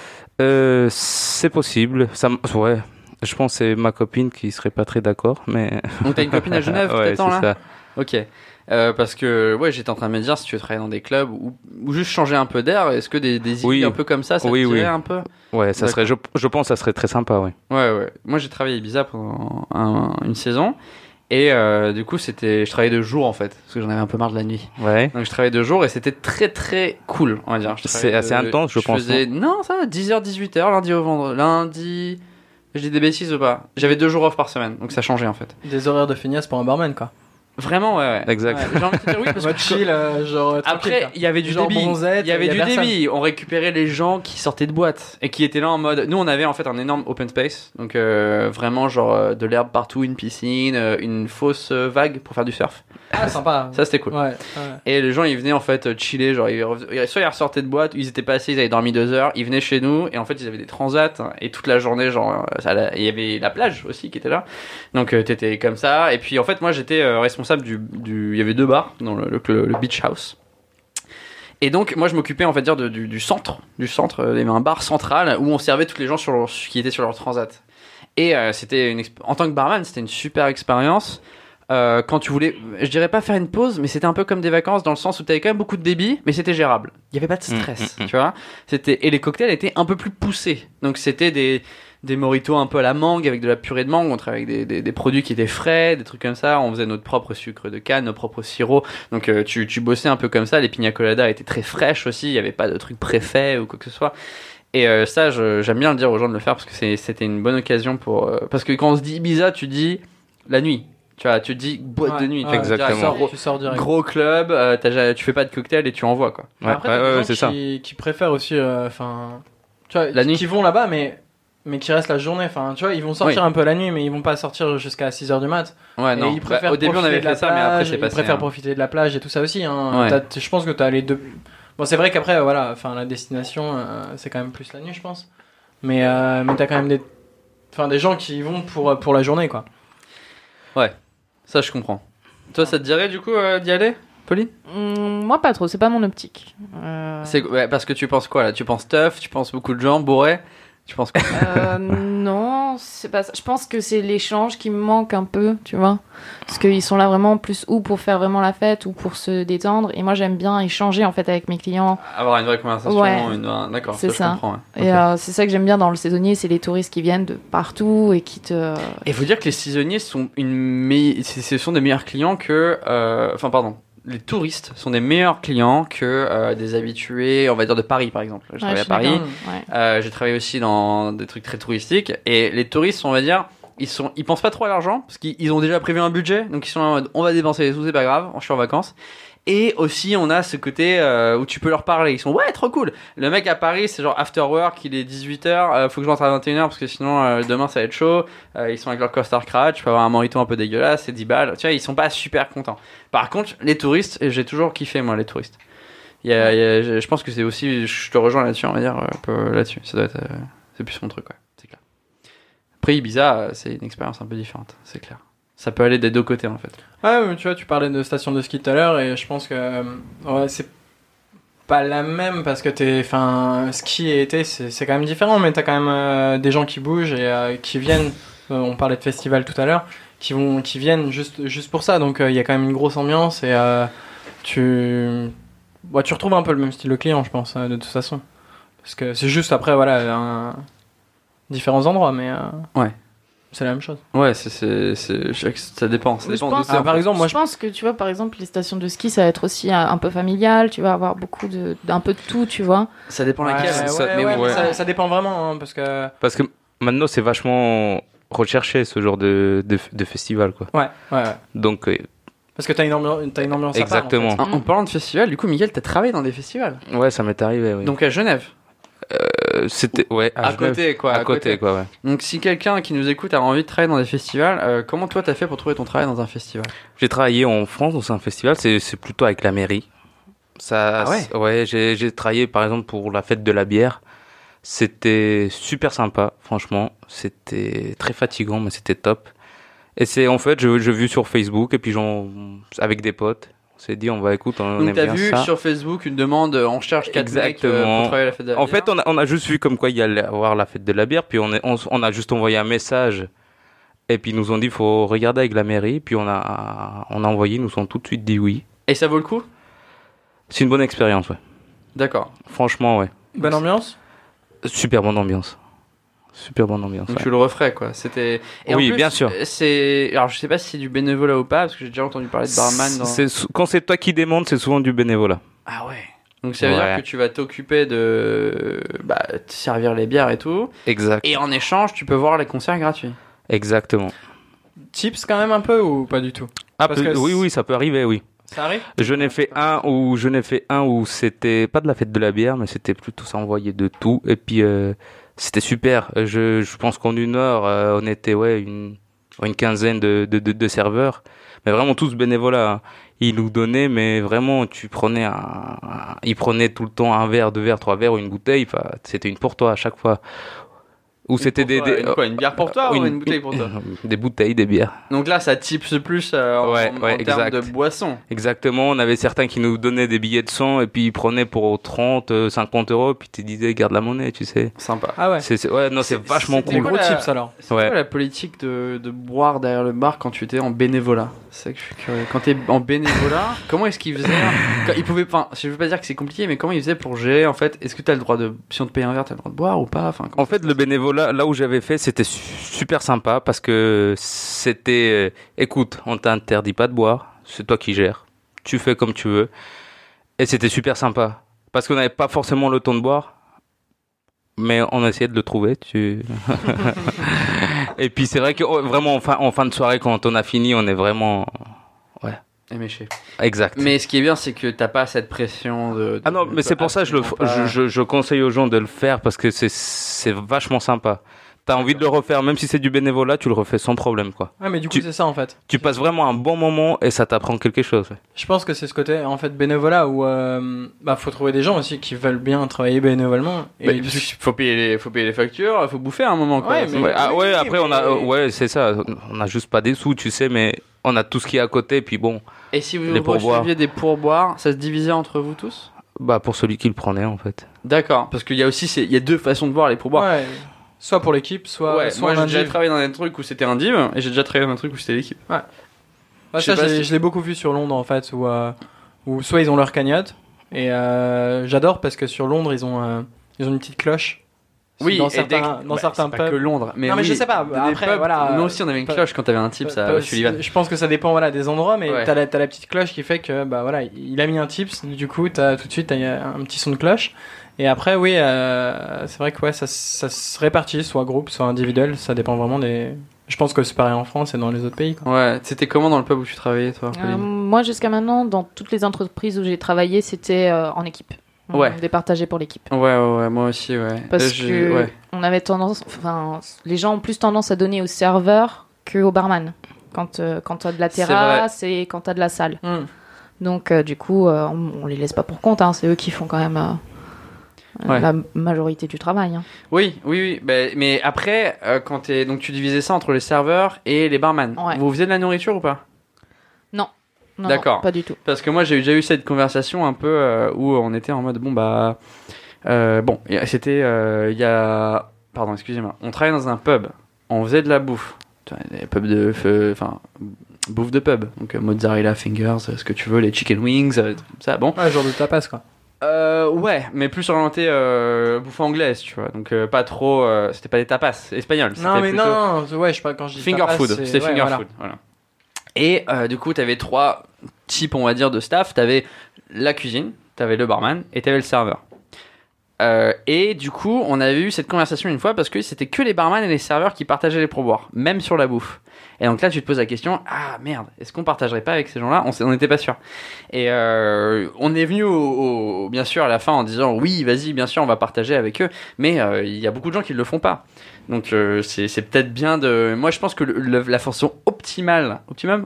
D: C'est possible. Ouais. Je pense que c'est ma copine qui serait pas très d'accord, mais...
A: Donc t'as une copine à Genève,
D: ouais,
A: peut-être là ?
D: Ça.
A: Ok. Parce que j'étais en train de me dire si tu veux travailler dans des clubs ou juste changer un peu d'air, est-ce que des idées un peu comme ça te dirait un peu ?
D: Ouais, ça serait. Je pense que ça serait très sympa, oui.
A: Ouais. Moi j'ai travaillé à Ibiza pendant une saison. Et du coup, je travaillais de jour en fait, parce que j'en avais un peu marre de la nuit.
D: Ouais.
A: Donc je travaillais de jour et c'était très très cool, on va dire.
D: C'est assez intense, je pense.
A: Non, ça va, 10h, 18h, lundi au vendredi. Lundi. Je dis des bêtises ou pas ? J'avais 2 jours off par semaine, donc ça changeait en fait.
B: Des horaires de feignasse pour un barman, quoi.
A: Vraiment, ouais.
D: Exact.
A: Ouais, j'ai envie de te dire oui, parce que
B: chill, genre.
A: Après, il y avait du débit. Il y avait du débit. On récupérait les gens qui sortaient de boîte et qui étaient là en mode. Nous, on avait en fait un énorme open space, donc vraiment genre de l'herbe partout, une piscine, une fausse vague pour faire du surf.
B: Ah, sympa.
A: Ça, c'était cool.
B: Ouais.
A: Et les gens, ils venaient en fait chiller, genre soit ils ressortaient de boîte, ils étaient pas assis, ils avaient dormi 2 heures, ils venaient chez nous et en fait ils avaient des transats et toute la journée, genre il y avait la plage aussi qui était là. Donc t'étais comme ça. Et puis en fait moi j'étais responsable il y avait 2 bars dans le beach house. Et donc moi je m'occupais en fait du centre. Il y avait un bar central où on servait tous les gens qui étaient sur leur transat. Et c'était en tant que barman, c'était une super expérience. Quand tu voulais, je dirais pas faire une pause, mais c'était un peu comme des vacances dans le sens où t'avais quand même beaucoup de débit, mais c'était gérable. Il y avait pas de stress, tu vois. Et les cocktails étaient un peu plus poussés. Donc c'était des mojitos un peu à la mangue avec de la purée de mangue. On travaillait avec des produits qui étaient frais, des trucs comme ça. On faisait notre propre sucre de canne, nos propres sirops. Donc tu bossais un peu comme ça. Les pina coladas étaient très fraîches aussi. Il y avait pas de trucs préfaits ou quoi que ce soit. Et ça, j'aime bien le dire aux gens de le faire parce que c'était une bonne occasion parce que quand on se dit Ibiza, tu dis la nuit. Tu vois, tu te dis boîte de nuit.
D: Exactement.
B: Tu sors direct.
A: Gros club, tu fais pas de cocktail et tu envoies quoi.
B: Après,
D: c'est ça.
B: Qui préfèrent aussi, tu vois, la nuit, qui vont là-bas, mais qui restent la journée. Enfin, tu vois, ils vont sortir un peu la nuit, mais ils vont pas sortir jusqu'à 6h du mat.
A: Ouais, non.
B: Ils préfèrent
A: au début, on avait fait ça, mais après, c'est passé.
B: Ils préfèrent profiter de la plage et tout ça aussi. Je pense que t'as les deux. Bon, c'est vrai qu'après, voilà, la destination, c'est quand même plus la nuit, je pense. Mais t'as quand même des gens qui y vont pour la journée, quoi.
A: Ouais, ça je comprends. Toi, ça te dirait du coup d'y aller, Pauline?
C: Moi, pas trop, c'est pas mon optique.
A: Parce que tu penses quoi là? Tu penses tough, tu penses beaucoup de gens bourrés? Tu penses quoi?
C: Non, c'est pas ça. Je pense que c'est l'échange qui me manque un peu, tu vois. Parce qu'ils sont là vraiment plus ou pour faire vraiment la fête ou pour se détendre. Et moi, j'aime bien échanger en fait avec mes clients.
A: Avoir une vraie conversation.
C: Ouais.
A: D'accord,
C: c'est ça.
A: Je comprends. Ouais.
C: Et c'est ça que j'aime bien dans le saisonnier, c'est les touristes qui viennent de partout et qui te.
A: Et faut dire que les saisonniers sont ce sont des meilleurs clients que. Les touristes sont des meilleurs clients que des habitués, on va dire, de Paris, par exemple. Je travaille à Paris. J'ai travaillé aussi dans des trucs très touristiques. Et les touristes, on va dire, ils pensent pas trop à l'argent parce qu'ils ont déjà prévu un budget. Donc, ils sont en mode, on va dépenser les sous, c'est pas grave, je suis en vacances. Et aussi, on a ce côté où tu peux leur parler. Ils sont, ouais, trop cool. Le mec à Paris, c'est genre after work, il est 18h, faut que je rentre à 21h parce que sinon, demain, ça va être chaud. Ils sont avec leur costard crade, je peux avoir un mojito un peu dégueulasse, c'est 10 balles. Tu vois, ils sont pas super contents. Par contre, les touristes, et j'ai toujours kiffé, moi, les touristes. Je pense que c'est aussi, je te rejoins là-dessus, on va dire, un peu là-dessus. Ça doit être, c'est plus mon truc, ouais, c'est clair. Après, Ibiza, c'est une expérience un peu différente, c'est clair. Ça peut aller des deux côtés en fait.
B: Ouais, mais tu vois, tu parlais de station de ski tout à l'heure et je pense que c'est pas la même parce que ski et été c'est quand même différent, mais t'as quand même des gens qui bougent et qui viennent. On parlait de festival tout à l'heure, qui viennent juste pour ça. Donc il y a quand même une grosse ambiance et tu retrouves un peu le même style de client, je pense, de toute façon. Parce que c'est juste après différents endroits, mais
A: ouais.
B: C'est la même chose.
A: Ouais, ça dépend. Ça dépend
B: par exemple, moi,
C: je pense que tu vois, par exemple, les stations de ski, ça va être aussi un peu familial. Tu vas avoir un peu de tout, tu vois.
A: Ça dépend laquelle.
B: Ça dépend vraiment, hein, parce que
D: maintenant, c'est vachement recherché ce genre de festival, quoi.
B: Ouais.
D: Donc.
B: Parce que t'as une ambiance.
D: Exactement.
B: À part, en fait.
A: En parlant de festival, du coup, Miguel, t'as travaillé dans des festivals.
D: Ouais, ça m'est arrivé. Oui.
A: Donc à Genève.
D: C'était à
A: côté quoi.
D: À côté quoi, ouais.
A: Donc si quelqu'un qui nous écoute a envie de travailler dans des festivals, comment toi t'as fait pour trouver ton travail dans un festival?
D: J'ai travaillé en France dans un festival, c'est plutôt avec la mairie. Ouais, j'ai travaillé par exemple pour la fête de la bière. C'était super sympa, franchement. C'était très fatigant, mais c'était top. Et c'est en fait, j'ai vu sur Facebook et puis avec des potes. On s'est dit, on aime bien ça.
A: Donc t'as vu sur Facebook une demande, on cherche 4 mecs pour travailler à la fête de la bière.
D: En fait, on a juste vu comme quoi il y allait avoir la fête de la bière, puis on a juste envoyé un message, et puis ils nous ont dit, faut regarder avec la mairie, puis on a envoyé, ils nous ont tout de suite dit oui.
A: Et ça vaut le coup?
D: C'est une bonne expérience, ouais.
A: D'accord.
D: Franchement, ouais.
B: Bonne ambiance?
D: Super bonne ambiance. Super bonne ambiance.
A: Donc tu le referais quoi. C'était. Et
D: oui,
A: en plus,
D: bien sûr.
A: Alors je sais pas si c'est du bénévolat ou pas parce que j'ai déjà entendu parler de barman.
D: Quand c'est toi qui demandes, c'est souvent du bénévolat.
A: Ah ouais. Donc ça veut dire que tu vas t'occuper de te servir les bières et tout.
D: Exact.
A: Et en échange, tu peux voir les concerts gratuits.
D: Exactement.
B: Tips quand même un peu ou pas du tout?
D: Oui, ça peut arriver, oui.
B: Ça arrive?
D: Je n'ai fait un où c'était pas de la fête de la bière, mais c'était plutôt ça envoyait de tout. Et puis c'était super. Je pense qu'en une heure, on était une quinzaine de serveurs, mais vraiment tous bénévolats. Hein. Ils nous donnaient, mais vraiment, ils prenaient tout le temps un verre, 2 verres, 3 verres ou une bouteille. Enfin, c'était une pour toi à chaque fois. Ou c'était
A: une bière pour toi ou une bouteille pour toi?
D: Des bouteilles, des bières.
A: Donc là, ça tips plus en termes de boissons.
D: Exactement. On avait certains qui nous donnaient des billets de 100 et puis ils prenaient pour 30, 50 euros. Puis tu disais, garde la monnaie, tu sais.
A: Sympa.
B: Ah ouais.
D: C'est vachement cool.
B: Des gros tips alors.
A: C'est quoi la politique de boire derrière le bar quand tu étais en bénévolat? C'est ça que je suis curieux. Quand tu es en bénévolat, comment est-ce qu'ils faisaient? Je veux pas dire que c'est compliqué, mais comment ils faisaient pour gérer en fait? Est-ce que tu as le droit si on te paye un verre, tu as le droit de boire ou pas?
D: En fait, le bénévolat, là où j'avais fait, c'était super sympa parce que c'était écoute, on t'interdit pas de boire, c'est toi qui gères, tu fais comme tu veux, et c'était super sympa parce qu'on n'avait pas forcément le temps de boire, mais on a essayé de le trouver. Et puis c'est vrai que vraiment en fin de soirée, quand on a fini, on est vraiment
A: éméché.
D: Exact.
A: Mais ce qui est bien, c'est que t'as pas cette pression de
D: ah non, mais c'est pour ça que je conseille aux gens de le faire parce que c'est vachement sympa. T'as envie de le refaire, même si c'est du bénévolat, tu le refais sans problème, quoi.
B: Ouais, mais du coup, c'est ça, en fait.
D: Tu passes vraiment un bon moment et ça t'apprend quelque chose. Ouais.
B: Je pense que c'est ce côté, en fait, bénévolat où, faut trouver des gens aussi qui veulent bien travailler bénévolement. Et
A: faut payer les factures, faut bouffer à un moment, quoi.
D: Après, c'est ça. On a juste pas des sous, tu sais, mais on a tout ce qui est à côté, puis bon.
A: Et si vous receviez des pourboires, ça se divisait entre vous tous?
D: Pour celui qui le prenait, en fait.
A: D'accord, parce qu'il y a aussi, il y a deux façons de voir les pourboires.
B: Ouais. Soit pour l'équipe, soit
A: moi j'ai déjà travaillé dans des trucs où c'était un div et j'ai déjà travaillé dans un truc où c'était l'équipe.
B: Ouais. Je l'ai beaucoup vu sur Londres en fait où soit ils ont leur cagnotte et j'adore parce que sur Londres ils ont une petite cloche.
A: Oui,
B: dans certains pubs.
A: Pas que Londres, mais
B: non, mais je sais pas. Après,
A: pubs,
B: voilà.
A: Nous aussi, on avait une cloche quand t'avais un tip, ça.
B: Je pense que ça dépend, des endroits, mais t'as la petite cloche qui fait que, il a mis un tips. Du coup, tout de suite, t'as un petit son de cloche. Et après, oui, c'est vrai que ça se répartit, soit groupe, soit individuel. Ça dépend vraiment des. Je pense que c'est pareil en France et dans les autres pays, quoi.
A: Ouais. C'était comment dans le pub où tu travaillais, toi, Pauline ?
C: Moi, jusqu'à maintenant, dans toutes les entreprises où j'ai travaillé, c'était en équipe. On départageait pour l'équipe.
A: Ouais, moi aussi, ouais.
C: Parce que on avait les gens ont plus tendance à donner au serveur qu'au barman quand t'as de la terrasse et quand t'as de la salle. Donc du coup, on les laisse pas pour compte. C'est eux qui font quand même la majorité du travail.
A: Oui. Mais après, donc tu divisais ça entre les serveurs et les barman.
C: Ouais.
A: Vous faisiez de la nourriture ou pas ?
C: Non. Non,
A: d'accord.
C: Non, pas du tout.
A: Parce que moi j'ai déjà eu cette conversation un peu où on était en mode c'était il y a pardon excusez-moi, on travaillait dans un pub, on faisait de la bouffe, des pubs de bouffe de pub, donc mozzarella fingers, ce que tu veux, les chicken wings, ça bon.
B: Ouais, genre de tapas quoi.
A: Ouais, mais plus orienté bouffe anglaise, tu vois. Donc pas trop c'était pas des tapas espagnols,
B: non mais plutôt... non, ouais, je sais pas quand je dis
A: finger
B: tapas,
A: food, c'était finger food, voilà. Et du coup, t'avais 3 types, on va dire, de staff. T'avais la cuisine, t'avais le barman et t'avais le serveur. Et du coup, on avait eu cette conversation une fois parce que c'était que les barman et les serveurs qui partageaient les pourboires, même sur la bouffe. Et donc là, tu te poses la question, ah merde, est-ce qu'on partagerait pas avec ces gens-là ? On n'était pas sûr. Et on est venu bien sûr à la fin en disant oui, vas-y, bien sûr, on va partager avec eux. Mais il y a beaucoup de gens qui le font pas. Donc c'est peut-être bien de. Moi, je pense que la façon optimale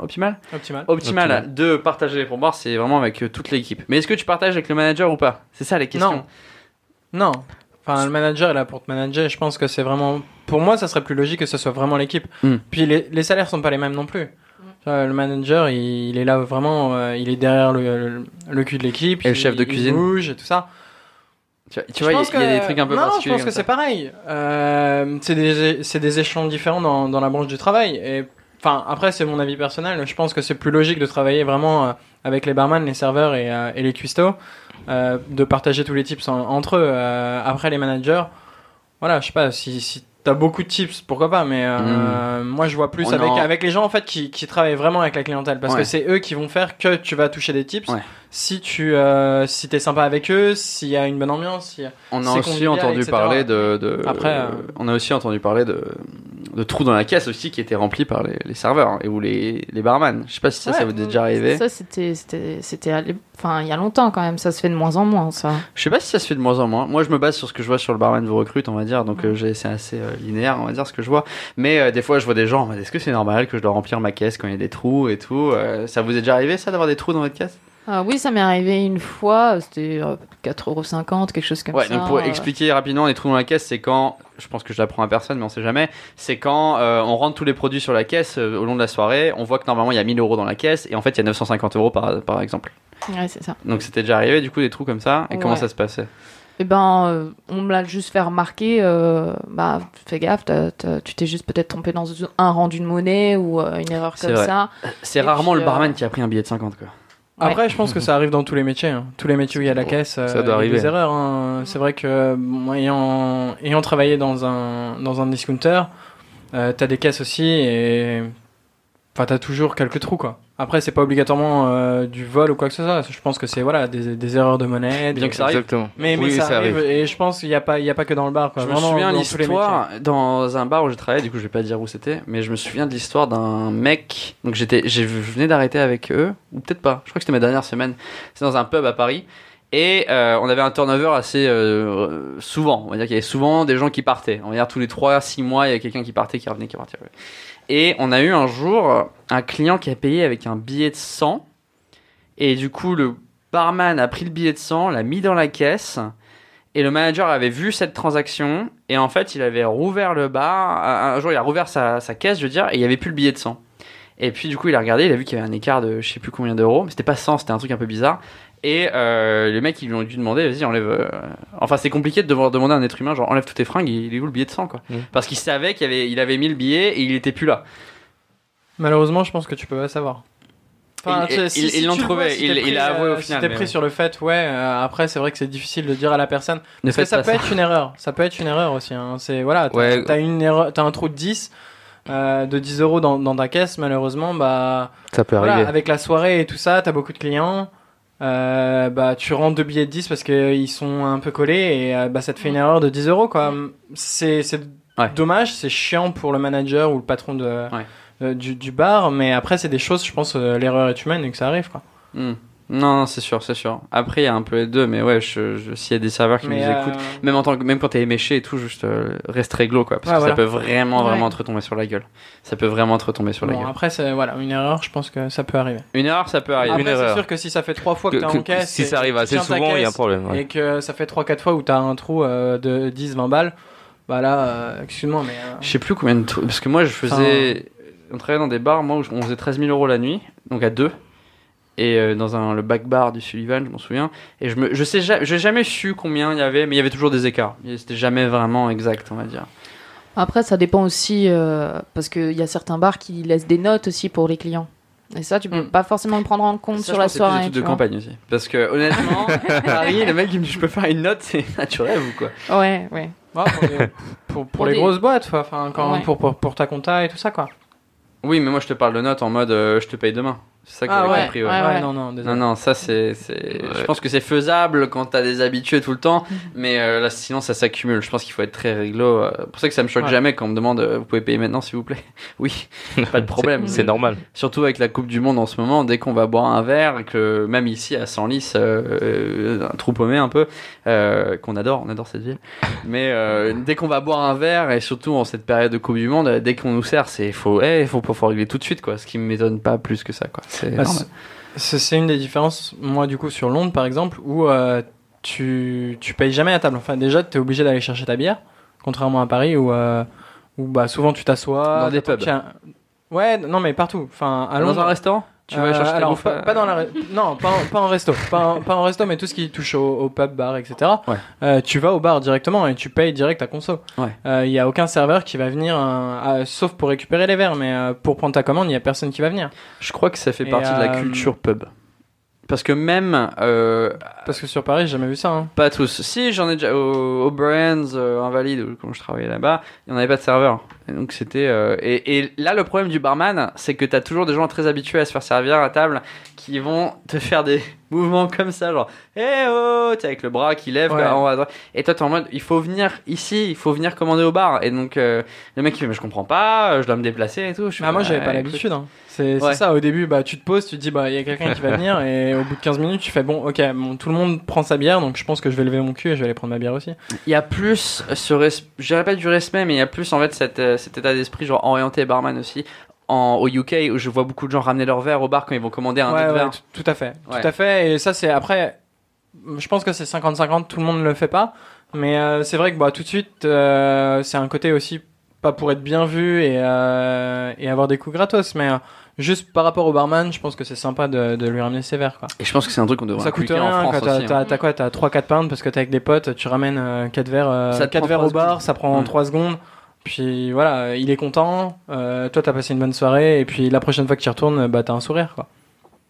A: de partager les pourboires, c'est vraiment avec toute l'équipe. Mais est-ce que tu partages avec le manager ou pas ? C'est ça les questions.
B: Non. Enfin, le manager est là pour te manager. Je pense que c'est vraiment. Pour moi, ça serait plus logique que ce soit vraiment l'équipe. Puis les salaires sont pas les mêmes non plus. Le manager, il est là vraiment. Il est derrière le cul de l'équipe.
A: Et le chef de cuisine.
B: Il bouge et tout ça.
A: Tu vois, il y a des trucs un peu particuliers.
B: Non, je pense que c'est pareil. C'est des échelons différents dans la branche du travail. Et enfin, après, c'est mon avis personnel. Je pense que c'est plus logique de travailler vraiment avec les barman, les serveurs et les cuistots, de partager tous les tips entre eux. Après, les managers, voilà, je sais pas si t'as beaucoup de tips, pourquoi pas, mais moi je vois plus avec les gens en fait qui travaillent vraiment avec la clientèle, parce que c'est eux qui vont faire que tu vas toucher des tips. Si t'es sympa avec eux, s'il y a une bonne ambiance,
A: on a aussi entendu parler on a aussi entendu parler de trous dans la caisse aussi qui étaient remplis par les serveurs ou les barman. Je sais pas si ça vous est déjà arrivé.
C: Ça c'était il y a longtemps quand même, ça se fait de moins en moins ça.
A: Je sais pas si ça se fait de moins en moins. Moi je me base sur ce que je vois sur le barman vous recrute, on va dire, donc c'est assez linéaire, on va dire, ce que je vois. Mais des fois je vois des gens, est-ce que c'est normal que je dois remplir ma caisse quand il y a des trous et tout ça vous est déjà arrivé ça, d'avoir des trous dans votre caisse?
C: Oui, ça m'est arrivé une fois, c'était 4,50€, quelque chose comme ça.
A: Donc pour expliquer rapidement, les trous dans la caisse, c'est quand, je pense que je l'apprends à personne, mais on sait jamais, c'est quand on rentre tous les produits sur la caisse au long de la soirée, on voit que normalement il y a 1000€ dans la caisse, et en fait il y a 950€ par exemple.
C: Ouais, c'est ça.
A: Donc c'était déjà arrivé du coup des trous comme ça, et comment ça se passait?
C: Eh ben, on me l'a juste fait remarquer, fais gaffe, tu t'es juste peut-être trompé dans un rang d'une monnaie ou une erreur comme ça.
A: C'est rarement le barman qui a pris un billet de 50, quoi.
B: Après, je pense que ça arrive dans tous les métiers. Tous les métiers où il y a la caisse,
A: ça doit arriver.
B: Des erreurs. C'est vrai que moi, ayant travaillé dans un discounter, t'as des caisses aussi et Enfin, t'as toujours quelques trous, quoi. Après, c'est pas obligatoirement du vol ou quoi que ce soit. Je pense que c'est des erreurs de monnaie.
A: Bien que ça arrive.
D: Exactement.
B: Mais ça arrive. Et je pense qu'il y a pas que dans le bar, quoi.
A: Je me souviens de l'histoire dans un bar où je travaillais. Du coup, je vais pas dire où c'était, mais je me souviens de l'histoire d'un mec. Donc je venais d'arrêter avec eux, ou peut-être pas. Je crois que c'était ma dernière semaine. C'est dans un pub à Paris. Et on avait un turnover assez souvent. On va dire qu'il y avait souvent des gens qui partaient. On va dire tous les 3-6 mois, il y avait quelqu'un qui partait, qui revenait, qui partait. Et on a eu un jour un client qui a payé avec un billet de 100. Et du coup, le barman a pris le billet de 100, l'a mis dans la caisse. Et le manager avait vu cette transaction. Et en fait, il avait rouvert le bar. Un jour, il a rouvert sa caisse, je veux dire, et il n'y avait plus le billet de 100. Et puis, du coup, il a regardé, il a vu qu'il y avait un écart de je sais plus combien d'euros. Mais c'était pas 100, c'était un truc un peu bizarre. Et les mecs, ils lui ont dû demander, vas-y, enlève. Enfin, c'est compliqué de devoir demander à un être humain, genre, enlève toutes tes fringues, il est où le billet de 100, quoi. Parce qu'il savait il avait mis le billet et il était plus là.
B: Malheureusement, je pense que tu peux pas savoir. Enfin,
A: ils l'ont trouvé, il a avoué au final.
B: Si t'es pris sur le fait, après, c'est vrai que c'est difficile de dire à la personne. Parce que ça peut être une erreur. Ça peut être une erreur aussi, hein. C'est, voilà, t'as une erreur, t'as un trou de 10. De 10 euros dans ta caisse, malheureusement, bah.
D: Ça peut arriver.
B: Avec la soirée et tout ça, t'as beaucoup de clients. Bah tu rentres 2 billets de 10 parce qu'ils sont un peu collés et bah ça te fait une erreur de 10 euros, quoi. C'est dommage, c'est chiant pour le manager ou le patron du bar, mais après c'est des choses, je pense, l'erreur est humaine et que ça arrive, quoi.
A: Non, c'est sûr. Après, il y a un peu les deux, mais ouais, s'il y a des serveurs qui nous écoutent, même quand t'es éméché et tout, juste reste réglo, quoi, parce que ça peut vraiment te retomber sur la gueule. Ça peut vraiment te retomber sur la gueule.
B: Après, une erreur, je pense que ça peut arriver.
A: Une erreur, ça peut arriver.
B: Après, c'est sûr que si ça fait 3 fois que t'es en caisse,
D: si ça arrive assez souvent, il y a un problème.
B: Et que ça fait 3-4 fois où t'as un trou de 10-20 balles, bah là, excuse-moi, mais.
A: Je sais plus combien de trous, parce que moi, on travaillait dans des bars, moi, où on faisait 13 000 € la nuit, donc à 2. Et dans le back bar du Sullivan, je m'en souviens. Et j'ai jamais su combien il y avait, mais il y avait toujours des écarts. C'était jamais vraiment exact, on va dire.
C: Après, ça dépend aussi, parce qu'il y a certains bars qui laissent des notes aussi pour les clients. Et ça, tu peux pas forcément le prendre en compte sur la soirée.
A: C'est plus des trucs de campagne aussi. Parce que honnêtement, Paris, le mec il me dit je peux faire une note, c'est naturel ou quoi.
C: Ouais.
B: Pour les grosses boîtes, enfin, pour ta compta et tout ça, quoi.
A: Oui, mais moi je te parle de notes en mode je te paye demain. C'est ça que j'avais compris. Non, ça c'est. Je pense que c'est faisable quand t'as des habitués tout le temps, mais là sinon ça s'accumule. Je pense qu'il faut être très réglo. C'est pour ça que ça me choque jamais quand on me demande vous pouvez payer maintenant s'il vous plaît. Oui, pas de problème.
D: C'est normal.
A: Surtout avec la Coupe du Monde en ce moment, dès qu'on va boire un verre, que même ici à Senlis, un trou paumé un peu, qu'on adore, on adore cette ville. Mais dès qu'on va boire un verre et surtout en cette période de Coupe du Monde, dès qu'on nous sert, faut régler tout de suite, quoi. Ce qui m'étonne pas plus que ça, quoi.
B: C'est une des différences, moi du coup sur Londres par exemple, où tu payes jamais à table. Enfin déjà t'es obligé d'aller chercher ta bière, contrairement à Paris où bah souvent tu t'assois
A: dans des pubs.
B: Ouais, non mais partout. Enfin à Londres.
A: Dans un restaurant. Tu vas chercher ta bouffe.
B: Pas dans non, pas en resto. Pas en resto, mais tout ce qui touche au pub, bar, etc. Tu vas au bar directement et tu payes direct à conso. Il y a aucun serveur qui va venir, sauf pour récupérer les verres, mais pour prendre ta commande, il y a personne qui va venir.
A: Je crois que ça fait partie de la culture pub. Parce que même...
B: Parce que sur Paris, j'ai jamais vu ça. Hein.
A: Pas tous. Si, j'en ai déjà... Au Brands, Invalide, quand je travaillais là-bas, il n'y en avait pas de serveur. Et donc c'était... Et là, le problème du barman, c'est que tu as toujours des gens très habitués à se faire servir à table qui vont te faire des mouvements comme ça, genre « Eh oh !» Tu sais, avec le bras qui lève. Et toi, t'es en mode « Il faut venir ici, il faut venir commander au bar. » Et donc, le mec, il fait « Mais je comprends pas, je dois me déplacer et tout. »
B: Moi, j'avais pas l'habitude. Hein. C'est ça, au début, bah, tu te poses, tu te dis, bah, il y a quelqu'un qui va venir, et au bout de 15 minutes, tu fais, bon, ok, tout le monde prend sa bière, donc je pense que je vais lever mon cul et je vais aller prendre ma bière aussi.
A: Il y a plus je dirais pas du respect, mais il y a plus, en fait, cet état d'esprit, genre, orienté barman aussi, au UK, où je vois beaucoup de gens ramener leur verre au bar quand ils vont commander un autre verre.
B: Tout à fait. Tout à fait, et ça, c'est après, je pense que c'est 50-50, tout le monde ne le fait pas, mais c'est vrai que, bah, tout de suite, c'est un côté aussi, pas pour être bien vu et avoir des coups gratos, mais juste par rapport au barman, je pense que c'est sympa de lui ramener ses verres, quoi.
A: Et je pense que c'est un truc qu'on devrait
B: inculquer en France aussi. T'as quoi, t'as 3-4 pintes parce que t'es avec des potes, tu ramènes 4 verres au bar, ça prend 3 secondes. Puis voilà, il est content, toi t'as passé une bonne soirée et puis la prochaine fois que tu y retournes, bah t'as un sourire, quoi.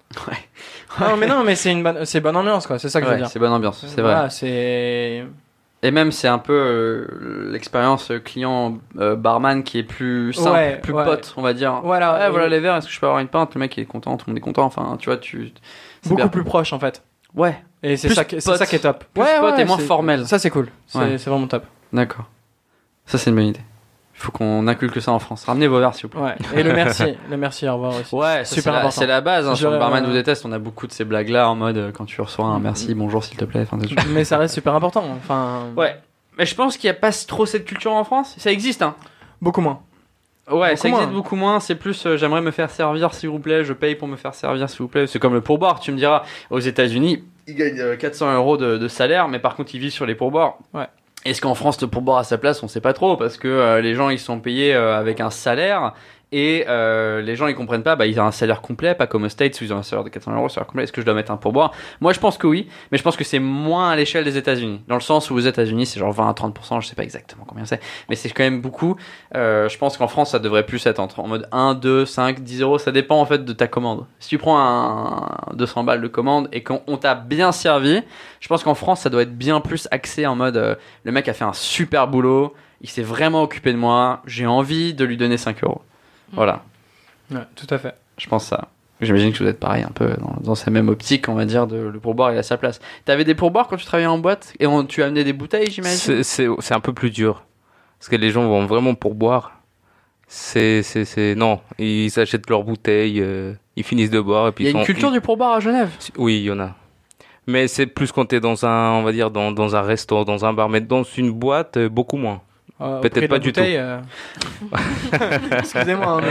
A: Ouais.
B: Non mais c'est bonne ambiance, quoi, c'est ça que je veux dire.
A: C'est bonne ambiance, c'est vrai.
B: C'est
A: Et même, c'est un peu l'expérience client barman qui est plus simple, plus pote, on va dire.
B: Voilà,
A: voilà les verres, est-ce que je peux avoir une pinte? Le mec il est content, tout le monde est content. Enfin, tu vois,
B: beaucoup bien. Plus proche en fait.
A: Ouais.
B: Et c'est ça qui est top.
A: Plus pote et moins formel.
B: Ça c'est cool. C'est vraiment top.
A: D'accord. Ça c'est une bonne idée. Il faut qu'on inculque ça en France. Ramenez vos verres, s'il vous plaît.
B: Ouais. Et le merci, au revoir aussi.
A: Ouais, super important. C'est la base. Sur le barman vous déteste, on a beaucoup de ces blagues-là en mode quand tu reçois un merci, bonjour, s'il te plaît. Enfin,
B: mais ça reste super important. Enfin.
A: Ouais. Mais je pense qu'il n'y a pas trop cette culture en France. Ça existe, hein.
B: Beaucoup moins.
A: Ouais, ça existe beaucoup moins. C'est plus, j'aimerais me faire servir, s'il vous plaît. Je paye pour me faire servir, s'il vous plaît. C'est comme le pourboire. Tu me diras, aux États-Unis, ils gagnent 400 € de salaire, mais par contre, ils vivent sur les pourboires.
B: Ouais.
A: Est-ce qu'en France, le pourboire à sa place, on sait pas trop, parce que les gens, ils sont payés avec un salaire, et les gens, ils comprennent pas, ils ont un salaire complet, pas comme aux States où ils ont un salaire de 400 €, salaire complet. Est-ce que je dois mettre un pourboire? Moi, je pense que oui, mais je pense que c'est moins à l'échelle des États-Unis. Dans le sens où aux États-Unis, c'est genre 20 à 30%, je sais pas exactement combien c'est, mais c'est quand même beaucoup. Je pense qu'en France, ça devrait plus être en mode 1, 2, 5, 10 €, ça dépend en fait de ta commande. Si tu prends un 200 balles de commande et qu'on t'a bien servi, je pense qu'en France, ça doit être bien plus axé en mode le mec a fait un super boulot, il s'est vraiment occupé de moi, j'ai envie de lui donner 5 €. Voilà.
B: Ouais, tout à fait.
A: Je pense ça. J'imagine que vous êtes pareil un peu dans cette même optique, on va dire, le pourboire est à sa place. T'avais des pourboires quand tu travaillais en boîte et tu amenais des bouteilles, j'imagine?
D: C'est un peu plus dur. Parce que les gens vont vraiment pourboire. Non, ils achètent leurs bouteilles, ils finissent de boire. Et puis
A: il y a une culture du pourboire à Genève?
D: Oui, il y en a. Mais c'est plus quand t'es dans un restaurant, dans un bar. Mais dans une boîte, beaucoup moins. Peut-être pas du tout.
B: Excusez-moi,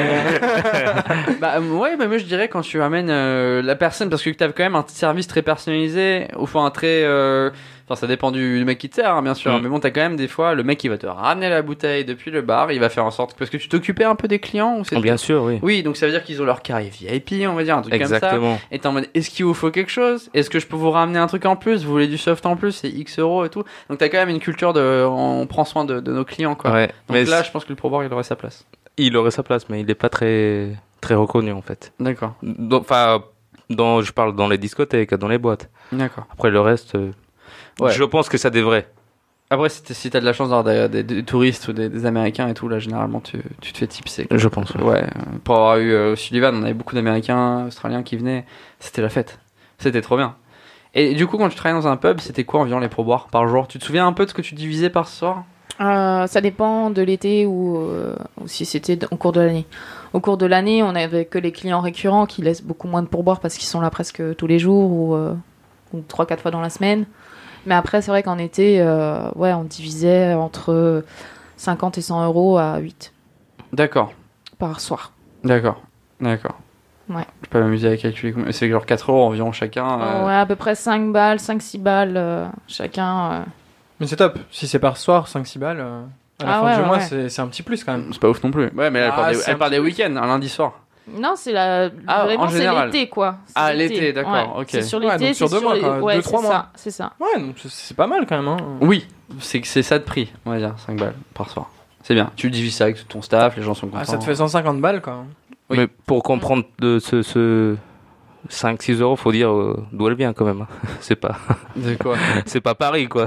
B: mais
A: ouais, moi je dirais quand tu amènes la personne, parce que tu as quand même un service très personnalisé, ou enfin très ça dépend du mec qui te sert, hein, bien sûr, mais bon, t'as quand même des fois le mec qui va te ramener la bouteille depuis le bar, il va faire en sorte parce que tu t'occupais un peu des clients ou c'est
D: bien sûr, oui.
A: Oui, donc ça veut dire qu'ils ont leur carré VIP, on va dire un truc
D: exactement.
A: Comme ça. Et t'es en mode, est-ce qu'il vous faut quelque chose? Est-ce que je peux vous ramener un truc en plus? Vous voulez du soft en plus? C'est X € et tout. Donc t'as quand même une culture on prend soin de nos clients, quoi.
D: Ouais,
A: donc
D: mais
A: là, je pense que le pourboire il aurait sa place.
D: Il aurait sa place, mais il est pas très très reconnu en fait.
A: D'accord.
D: Enfin, je parle dans les discothèques, dans les boîtes.
A: D'accord.
D: Après le reste.
A: Ouais.
D: Je pense que ça devrait.
A: Après, si t'as de la chance d'avoir des touristes ou des Américains et tout, là, généralement, tu te fais tipser.
D: Je pense.
A: Ouais. Pour avoir eu au Sullivan, on avait beaucoup d'Américains, Australiens qui venaient. C'était la fête. C'était trop bien. Et du coup, quand tu travaillais dans un pub, c'était quoi environ les pourboires par jour? Tu te souviens un peu de ce que tu divisais par soir?
C: Ça dépend de l'été ou si c'était au cours de l'année. Au cours de l'année, on avait que les clients récurrents qui laissent beaucoup moins de pourboires parce qu'ils sont là presque tous les jours ou 3-4 fois dans la semaine. Mais après, c'est vrai qu'en été, on divisait entre 50 et 100 € à 8.
A: D'accord.
C: Par soir.
A: D'accord.
C: Ouais.
A: Je peux m'amuser à calculer. C'est genre 4 € environ chacun.
C: Ouais, à peu près 5 balles, 5-6 balles chacun.
B: Mais c'est top. Si c'est par soir, 5-6 balles, à la fin du mois, c'est un petit plus quand même.
A: C'est pas ouf non plus. Ouais, mais elle part des week-ends, un lundi soir.
C: Non, c'est vraiment c'est l'été quoi.
A: C'est l'été, d'accord, ok.
C: C'est sur l'été,
B: sur 2 mois, quoi. 2-3 mois.
C: C'est ça.
B: Ouais, donc c'est pas mal quand même. Hein.
A: Oui, c'est ça de prix, on va dire, 5 balles par soir. C'est bien. Tu divises ça avec ton staff, les gens sont contents.
B: Ça te fait 150 balles quoi.
D: Oui. Mais pour comprendre de ce 5-6 €, faut dire d'où elle vient quand même. C'est pas.
A: De quoi?
D: C'est pas Paris quoi.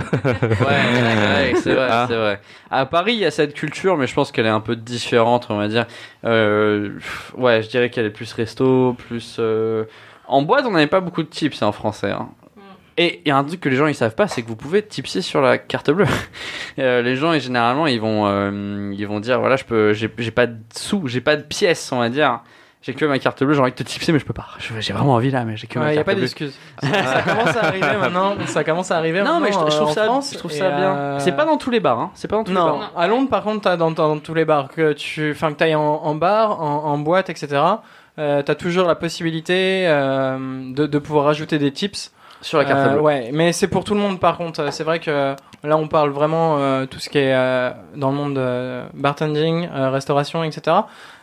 A: Ouais, c'est vrai, c'est vrai. À Paris, il y a cette culture, mais je pense qu'elle est un peu différente, on va dire. Ouais, je dirais qu'elle est plus resto, plus. En boîte, on n'avait pas beaucoup de tips en français. Hein. Et il y a un truc que les gens ils savent pas, c'est que vous pouvez tipser sur la carte bleue. Les gens généralement ils vont dire voilà j'ai pas de sous, j'ai pas de pièces on va dire. J'ai que ma carte bleue, j'ai envie de te tipser mais je peux pas. J'ai vraiment envie là mais j'ai que ma carte bleue.
B: Il y a pas d'excuses. Ça commence à arriver maintenant.
A: Non mais je trouve ça bien. C'est pas dans tous les bars hein. C'est pas dans tous les bars.
B: Non, à Londres par contre t'as dans tous les bars que t'ailles en bar, en boîte etc. T'as toujours la possibilité de pouvoir rajouter des tips.
A: Sur la carte bleue.
B: Ouais, mais c'est pour tout le monde par contre. C'est vrai que là on parle vraiment tout ce qui est dans le monde bartending, restauration, etc.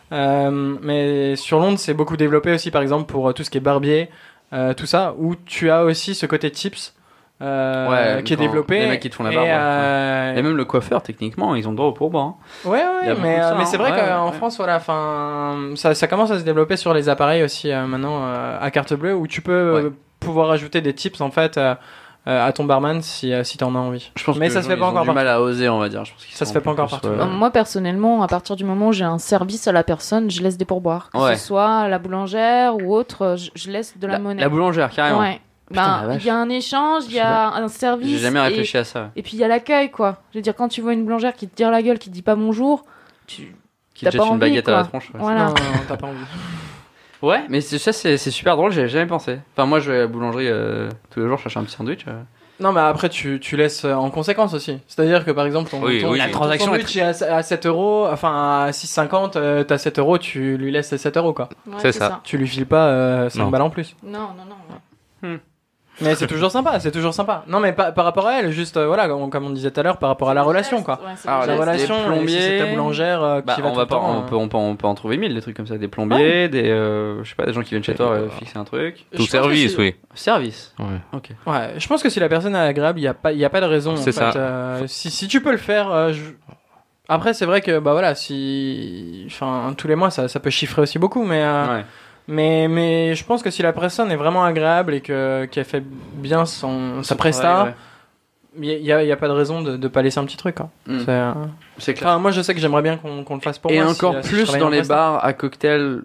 B: Mais sur Londres c'est beaucoup développé aussi par exemple pour tout ce qui est barbier, tout ça, où tu as aussi ce côté tips qui est développé.
A: Les mecs qui te font la barbe. Et même le coiffeur techniquement ils ont droit au pourboire. Hein.
B: Ouais, mais c'est vrai qu'en France voilà, ça commence à se développer sur les appareils aussi maintenant à carte bleue où tu peux pouvoir ajouter des tips en fait à ton barman si t'en as envie.
A: Je pense
B: mais
A: que
B: ça se fait pas encore
A: du mal à oser, on va dire. Je pense
B: ça se fait pas encore partout.
C: Moi personnellement, à partir du moment où j'ai un service à la personne, je laisse des pourboires. Que ce soit la boulangère ou autre, je laisse de la monnaie.
A: La boulangère, carrément.
C: Ouais. Il y a un échange, il y a un service.
A: J'ai jamais réfléchi à ça.
C: Et puis il y a l'accueil, quoi. Je veux dire, quand tu vois une boulangère qui te tire la gueule, qui te dit pas bonjour,
A: qui te jette une baguette à la tronche. Ouais.
C: Voilà.
B: Non, t'as pas envie.
A: Ouais, mais ça c'est super drôle, j'avais jamais pensé. Enfin, moi je vais à la boulangerie tous les jours chercher un petit sandwich.
B: Non, mais après, tu laisses en conséquence aussi. C'est-à-dire que par exemple, ton sandwich est à 7 euros, enfin à 6,50, t'as 7 euros, tu lui laisses 7 euros, quoi.
C: Ouais,
D: c'est ça.
B: Tu lui files pas 5 balles en plus.
C: Non.
B: Mais c'est toujours sympa. Non, mais par rapport à elle, juste, voilà, comme on disait tout à l'heure, par rapport à la relation, quoi.
C: Ouais,
B: la relation,
A: plombiers,
B: si c'est ta boulangère qui va
A: on peut en trouver 1000, des trucs comme ça. Des plombiers, des gens qui viennent chez toi fixer un truc.
D: Tout service, oui.
A: Service.
D: Ouais.
A: Ok.
B: Ouais, je pense que si la personne est agréable, il y a pas de raison.
D: C'est ça.
B: Si tu peux le faire, après, c'est vrai que, bah voilà, enfin, tous les mois, ça peut chiffrer aussi beaucoup, mais.
A: Ouais.
B: Mais je pense que si la personne est vraiment agréable et qu'elle fait bien sa presta, il y a pas de raison de pas laisser un petit truc, quoi.
A: C'est clair.
B: Enfin, moi je sais que j'aimerais bien qu'on le fasse pour moi.
A: Et encore plus dans les bars à cocktail.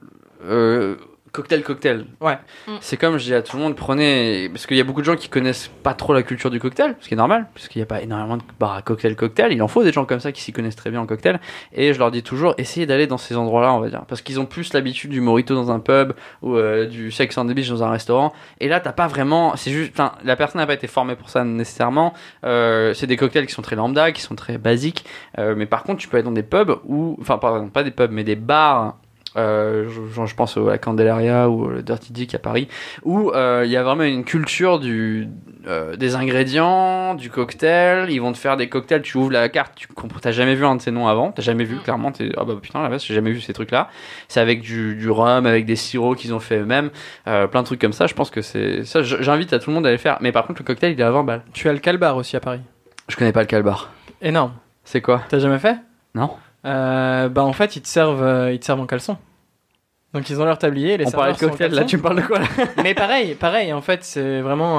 A: Cocktail.
B: Ouais.
A: C'est comme je dis à tout le monde, prenez. Parce qu'il y a beaucoup de gens qui connaissent pas trop la culture du cocktail, ce qui est normal, parce qu'il n'y a pas énormément de bars à cocktail. Il en faut des gens comme ça qui s'y connaissent très bien en cocktail. Et je leur dis toujours, essayez d'aller dans ces endroits-là, on va dire. Parce qu'ils ont plus l'habitude du mojito dans un pub ou du Sex on the Beach dans un restaurant. Et là, t'as pas vraiment. C'est juste. Enfin, la personne n'a pas été formée pour ça nécessairement. C'est des cocktails qui sont très lambda, qui sont très basiques. Mais par contre, tu peux aller dans des pubs où. Enfin, pardon, pas des pubs, mais des bars. Je pense à Candelaria ou le Dirty Dick à Paris, où il y a vraiment une culture des ingrédients, du cocktail. Ils vont te faire des cocktails, tu ouvres la carte, t'as jamais vu un de ces noms avant, t'as jamais vu, clairement, ah bah putain, la vache, j'ai jamais vu ces trucs-là. C'est avec du rhum, avec des sirops qu'ils ont fait eux-mêmes, plein de trucs comme ça. Je pense que c'est ça, j'invite à tout le monde à les faire. Mais par contre, le cocktail, il est à 20 balles.
B: Tu as le Calbar aussi à Paris.
A: Je connais pas le Calbar.
B: Énorme.
A: C'est quoi?
B: T'as jamais fait?
A: Non.
B: En fait ils te servent en caleçon. Donc ils ont leur tablier, les
A: on parlait de cocktail, là tu me parles de quoi là?
B: Mais pareil, en fait c'est vraiment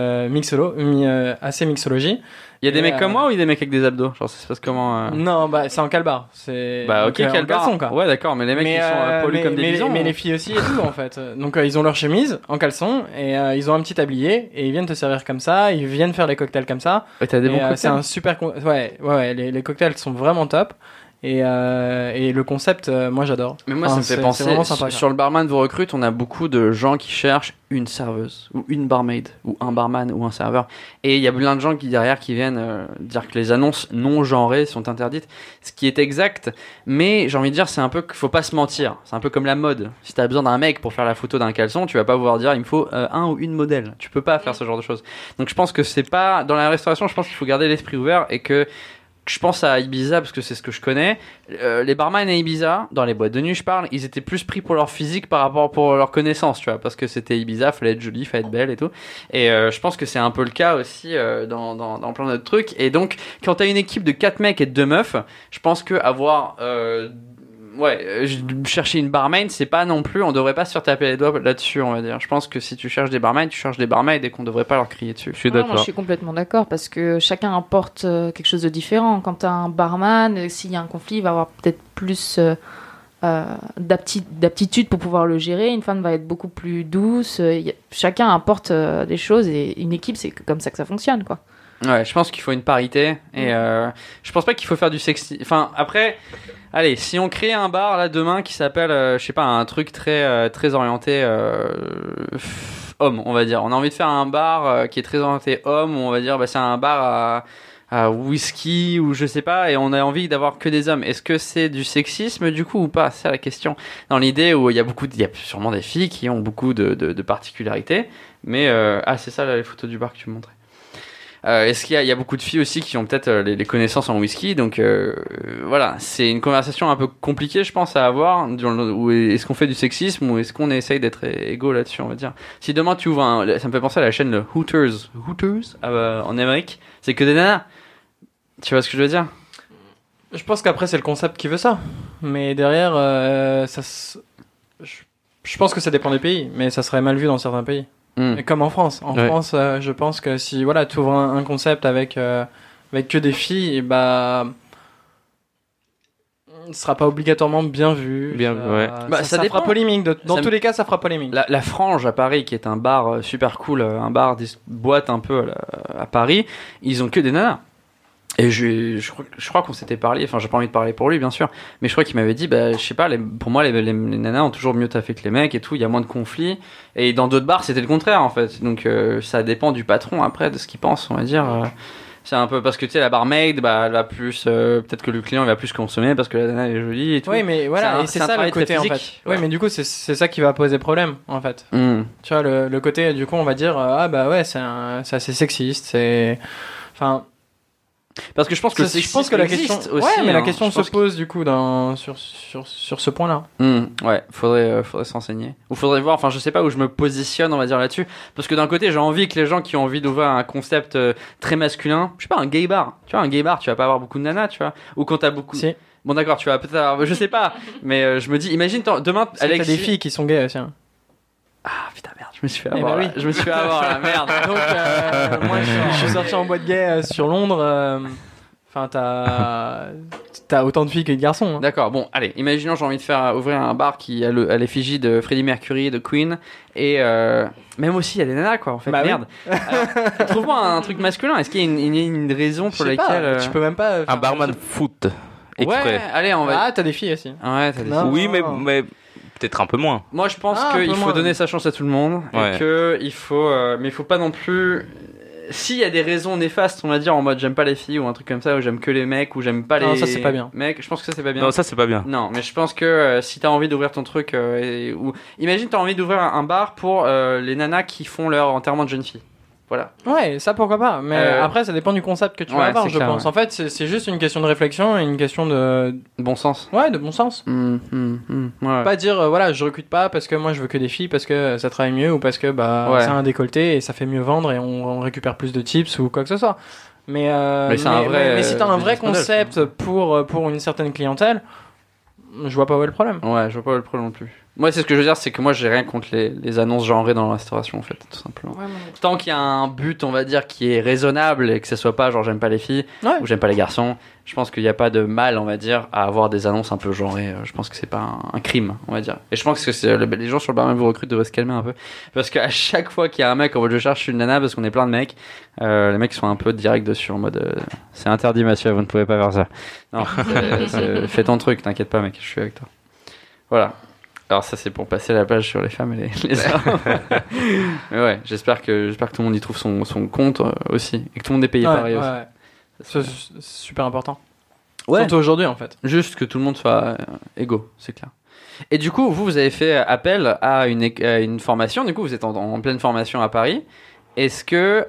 B: assez mixologie.
A: Il y a des mecs comme moi ou il y a des mecs avec des abdos? Genre ça se passe comment
B: Non, bah c'est en calbar. C'est
A: ok, calbar.
B: Caleçon, quoi.
A: Ouais, d'accord, mais les mecs ils sont polis comme des bisons.
B: Mais les filles aussi et tout en fait. Donc ils ont leur chemise en caleçon et ils ont un petit tablier et ils viennent te servir comme ça, ils viennent faire les cocktails comme ça.
A: Ouais, t'as des bons cocktails.
B: C'est un super ouais, les cocktails sont vraiment top. Et le concept, moi j'adore.
A: Mais moi ça me fait penser, sur le barman vous recrute, on a beaucoup de gens qui cherchent une serveuse ou une barmaid ou un barman ou un serveur. Et il y a plein de gens qui derrière qui viennent dire que les annonces non genrées sont interdites, ce qui est exact. Mais j'ai envie de dire, c'est un peu qu'il faut pas se mentir. C'est un peu comme la mode. Si t'as besoin d'un mec pour faire la photo d'un caleçon, tu vas pas pouvoir dire il me faut un ou une modèle. Tu peux pas faire ce genre de choses. Donc je pense que c'est pas dans la restauration. Je pense qu'il faut garder l'esprit ouvert et que je pense à Ibiza parce que c'est ce que je connais. Les barman à Ibiza, dans les boîtes de nuit, je parle, ils étaient plus pris pour leur physique par rapport pour leur connaissance, tu vois, parce que c'était Ibiza, fallait être jolie, fallait être belle et tout. Et je pense que c'est un peu le cas aussi dans plein d'autres trucs. Et donc, quand t'as une équipe de 4 mecs et de 2 meufs, je pense que avoir chercher une barmaid, c'est pas non plus, on devrait pas se faire taper les doigts là-dessus, on va dire. Je pense que si tu cherches des barmaids, tu cherches des barmaids et qu'on devrait pas leur crier dessus.
D: Je suis d'accord.
C: Moi, je suis complètement d'accord parce que chacun apporte quelque chose de différent. Quand t'as un barman, s'il y a un conflit, il va avoir peut-être plus d'aptitude pour pouvoir le gérer. Une femme va être beaucoup plus douce. Chacun apporte des choses et une équipe, c'est comme ça que ça fonctionne, quoi.
A: Ouais, je pense qu'il faut une parité et je pense pas qu'il faut faire du sexy. Enfin, après, allez, si on crée un bar là demain qui s'appelle, je sais pas, un truc très orienté homme, on va dire. On a envie de faire un bar qui est très orienté homme, où on va dire, bah c'est un bar à whisky ou je sais pas, et on a envie d'avoir que des hommes. Est-ce que c'est du sexisme du coup ou pas? C'est la question. Dans l'idée où il y a sûrement des filles qui ont beaucoup de particularités, mais c'est ça là, les photos du bar que tu me montrais. Est-ce qu'il y a beaucoup de filles aussi qui ont peut-être les connaissances en whisky, donc voilà, c'est une conversation un peu compliquée je pense à avoir, où est-ce qu'on fait du sexisme ou est-ce qu'on essaye d'être égaux là-dessus, on va dire. Si demain tu ouvres ça me fait penser à la chaîne le Hooters en Amérique, c'est que des nanas, tu vois ce que je veux dire?
B: Je pense qu'après c'est le concept qui veut ça, mais derrière je pense que ça dépend des pays, mais ça serait mal vu dans certains pays. Comme en France. En France, je pense que si voilà, tu ouvres un concept avec que des filles, et ne sera pas obligatoirement bien vu. Ça fera polémique. Dans tous les cas, ça fera polémique.
A: La Frange à Paris, qui est un bar super cool, un bar, des boîtes un peu à Paris, ils ont que des nanas. Et je crois qu'on s'était parlé, enfin j'ai pas envie de parler pour lui bien sûr, mais je crois qu'il m'avait dit, je sais pas, pour moi les nanas ont toujours mieux taffé que les mecs et tout, il y a moins de conflits, et dans d'autres bars c'était le contraire en fait, donc ça dépend du patron après, de ce qu'il pense, on va dire. C'est un peu parce que tu sais la barmaid elle va plus peut-être que le client il va plus consommer parce que la nana est jolie et tout.
B: Oui mais voilà, et c'est ça le côté en fait. Oui mais du coup c'est ça qui va poser problème en fait. Tu vois le côté du coup on va dire c'est assez sexiste, c'est enfin
A: parce que je pense que
B: la question aussi, mais la question se pose du coup sur ce point-là.
A: Faudrait s'enseigner. Ou faudrait voir, enfin je sais pas où je me positionne, on va dire là-dessus, parce que d'un côté, j'ai envie que les gens qui ont envie d'ouvrir un concept très masculin, je sais pas, un gay bar. Tu vois, un gay bar, tu vas pas avoir beaucoup de nanas, tu vois, ou quand t'as beaucoup
B: Si.
A: Bon d'accord, tu vas peut-être avoir, je sais pas, mais je me dis imagine demain
B: Alex, t'as des filles qui sont gays aussi.
A: Ah putain merde, je me suis fait avoir. Je me suis fait avoir la merde.
B: Donc moi je suis sorti en boîte gay sur Londres. Enfin t'as autant de filles que de garçons. Hein.
A: D'accord. Bon, allez, imaginons j'ai envie de faire ouvrir un bar qui a l'effigie de Freddie Mercury, de Queen, et même aussi il y a des nanas quoi. En fait, merde.
B: Oui.
A: Trouve-moi un truc masculin. Est-ce qu'il y a une raison pour laquelle
B: tu peux même pas.
D: Un barman foot. Exprès.
A: Ouais. Allez, on va.
B: Ah, t'as des filles aussi.
A: Ouais, t'as des filles.
D: Oui, mais peut-être un peu moins.
A: Moi, je pense qu'il faut donner sa chance à tout le monde et que il faut, mais il faut pas non plus. S'il y a des raisons néfastes, on va dire en mode j'aime pas les filles ou un truc comme ça, ou j'aime que les mecs, ou j'aime pas les.
B: Non, ça c'est pas bien.
A: Mecs, je pense que ça c'est pas bien.
D: Non, ça c'est pas bien.
A: Non, mais je pense que si t'as envie d'ouvrir ton truc, ou imagine t'as envie d'ouvrir un bar pour les nanas qui font leur enterrement de jeune fille. Voilà.
B: Ouais, ça pourquoi pas. Mais après, ça dépend du concept que tu vas avoir, je pense. En fait, c'est juste une question de réflexion et une question de
A: bon sens.
B: Ouais, de bon sens.
A: Ouais.
B: Pas dire voilà, je recrute pas parce que moi je veux que des filles parce que ça travaille mieux ou parce que c'est un décolleté et ça fait mieux vendre et on récupère plus de tips ou quoi que ce soit. Mais si t'as un vrai concept pour une certaine clientèle, je vois pas où est le problème.
A: Ouais, je vois pas où est le problème non plus. Moi, c'est ce que je veux dire, c'est que moi, j'ai rien contre les annonces genrées dans la restauration, en fait, tout simplement. Ouais, tant qu'il y a un but, on va dire, qui est raisonnable et que ce soit pas genre j'aime pas les filles ou j'aime pas les garçons, je pense qu'il n'y a pas de mal, on va dire, à avoir des annonces un peu genrées. Je pense que c'est pas un crime, on va dire. Et je pense que les gens sur le barman vous recrutent devraient se calmer un peu. Parce qu'à chaque fois qu'il y a un mec en mode je cherche une nana parce qu'on est plein de mecs, les mecs sont un peu direct dessus en mode c'est interdit, monsieur, vous ne pouvez pas faire ça. Non, fais ton truc, t'inquiète pas, mec, je suis avec toi. Voilà. Alors ça c'est pour passer la page sur les femmes et les hommes. Mais ouais, j'espère que tout le monde y trouve son compte aussi et que tout le monde est payé pareil aussi.
B: C'est super important.
A: Ouais.
B: Surtout aujourd'hui en fait.
A: Juste que tout le monde soit égaux, c'est clair. Et du coup, vous avez fait appel à une formation. Du coup, vous êtes en pleine formation à Paris. Est-ce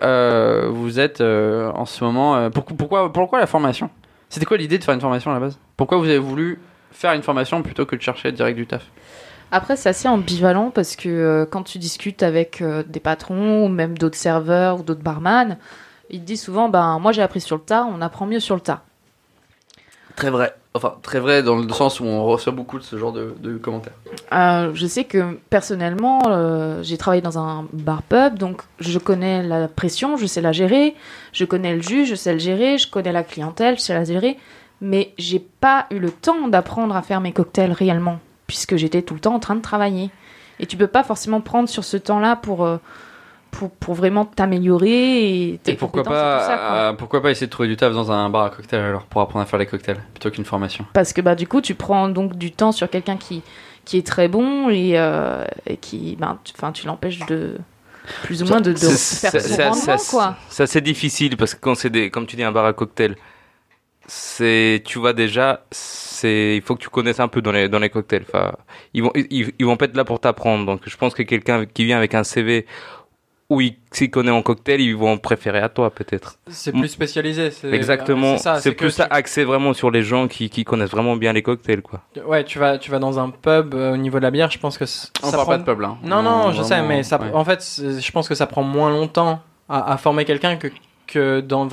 A: que vous êtes en ce moment pourquoi la formation ? C'était quoi l'idée de faire une formation à la base ? Pourquoi vous avez voulu faire une formation plutôt que de chercher direct du taf ?
C: Après, c'est assez ambivalent parce que quand tu discutes avec des patrons ou même d'autres serveurs ou d'autres barman, ils te disent souvent moi j'ai appris sur le tas, on apprend mieux sur le tas.
A: Très vrai. Enfin, très vrai dans le sens où on reçoit beaucoup de ce genre de commentaires.
C: Je sais que personnellement, j'ai travaillé dans un bar-pub, donc je connais la pression, je sais la gérer, je connais le jus, je sais le gérer, je connais la clientèle, je sais la gérer, mais j'ai pas eu le temps d'apprendre à faire mes cocktails réellement, puisque j'étais tout le temps en train de travailler. Et tu peux pas forcément prendre sur ce temps-là pour vraiment t'améliorer et tes
A: pourquoi
C: compétences
A: pas,
C: et tout ça, quoi.
A: pourquoi pas essayer de trouver du taf dans un bar à cocktails alors pour apprendre à faire les cocktails plutôt qu'une formation.
C: Parce que du coup tu prends donc du temps sur quelqu'un qui est très bon et qui tu l'empêches de plus ou moins de faire son rendement, quoi.
D: Ça c'est difficile parce que quand c'est comme tu dis un bar à cocktails, tu vois déjà, il faut que tu connaisses un peu dans les cocktails. Enfin, ils vont pas être là pour t'apprendre. Donc je pense que quelqu'un qui vient avec un CV où il s'y connaît en cocktail, ils vont préférer à toi peut-être.
B: C'est plus spécialisé.
D: Exactement. C'est plus ça, axé vraiment sur les gens qui connaissent vraiment bien les cocktails, quoi.
B: Ouais, tu vas dans un pub au niveau de la bière, je pense que
A: on parle pas de pub là.
B: Non, je sais, mais en fait, je pense que ça prend moins longtemps à former quelqu'un que dans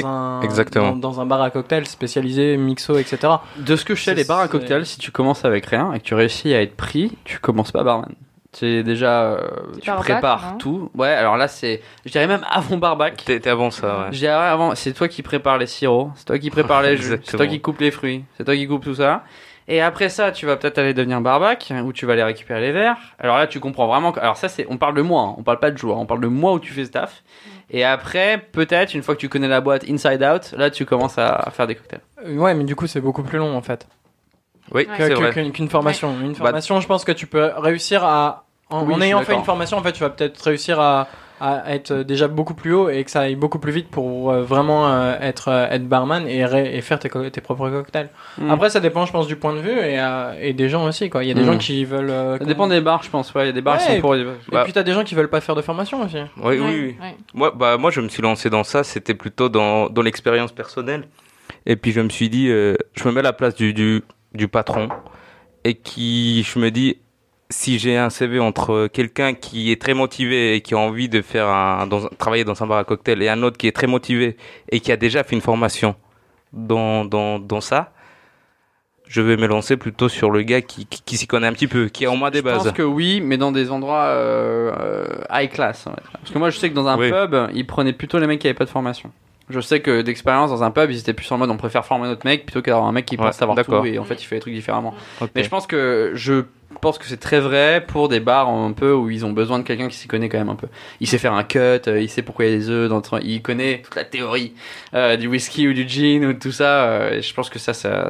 B: un bar à cocktail spécialisé, mixo, etc.
A: De ce que je sais, les bars à cocktail, si tu commences avec rien et que tu réussis à être pris, tu commences pas barman. C'est déjà, tu prépares tout. Ouais, alors là, je dirais même avant barbac.
D: T'es avant ça, ouais.
A: Je dirais avant, c'est toi qui prépares les sirops, c'est toi qui prépares les jus, c'est toi qui coupes les fruits, c'est toi qui coupes tout ça. Et après ça, tu vas peut-être aller devenir barbac, où tu vas aller récupérer les verres. Alors là, tu comprends vraiment alors ça, on parle de mois, hein. On parle pas de jours, on parle de mois où tu fais ce taf. Et après, peut-être, une fois que tu connais la boîte inside out, là, tu commences à faire des cocktails.
B: Ouais, mais du coup, c'est beaucoup plus long, en fait.
D: Oui, c'est vrai.
B: Qu'une formation. Une formation, je pense que tu peux réussir en ayant fait une formation, en fait, tu vas peut-être réussir à être déjà beaucoup plus haut et que ça aille beaucoup plus vite pour vraiment être barman et faire tes propres cocktails. Après, ça dépend, je pense, du point de vue et des gens aussi, quoi. Il y a des gens qui veulent...
A: ça dépend des bars, je pense. Ouais, il y a des bars qui sont pour...
B: Et puis, t'as des gens qui veulent pas faire de formation aussi.
D: Oui. Moi, je me suis lancé dans ça. C'était plutôt dans l'expérience personnelle. Et puis, je me suis dit, je me mets à la place du patron et je me dis, si j'ai un CV entre quelqu'un qui est très motivé et qui a envie de travailler dans un bar à cocktail et un autre qui est très motivé et qui a déjà fait une formation dans ça, je vais me lancer plutôt sur le gars qui s'y connaît un petit peu, qui a au moins des bases.
A: Je pense que oui, mais dans des endroits high class. Parce que moi, je sais que dans un pub, ils prenaient plutôt les mecs qui n'avaient pas de formation. Je sais que d'expérience dans un pub, ils étaient plus en mode on préfère former notre mec plutôt qu'avoir un mec qui pense savoir tout et en fait il fait les trucs différemment. Okay. Mais je pense que c'est très vrai pour des bars un peu où ils ont besoin de quelqu'un qui s'y connaît quand même un peu. Il sait faire un cut, il sait pourquoi il y a des œufs, il connaît toute la théorie du whisky ou du gin ou de tout ça. Et je pense que ça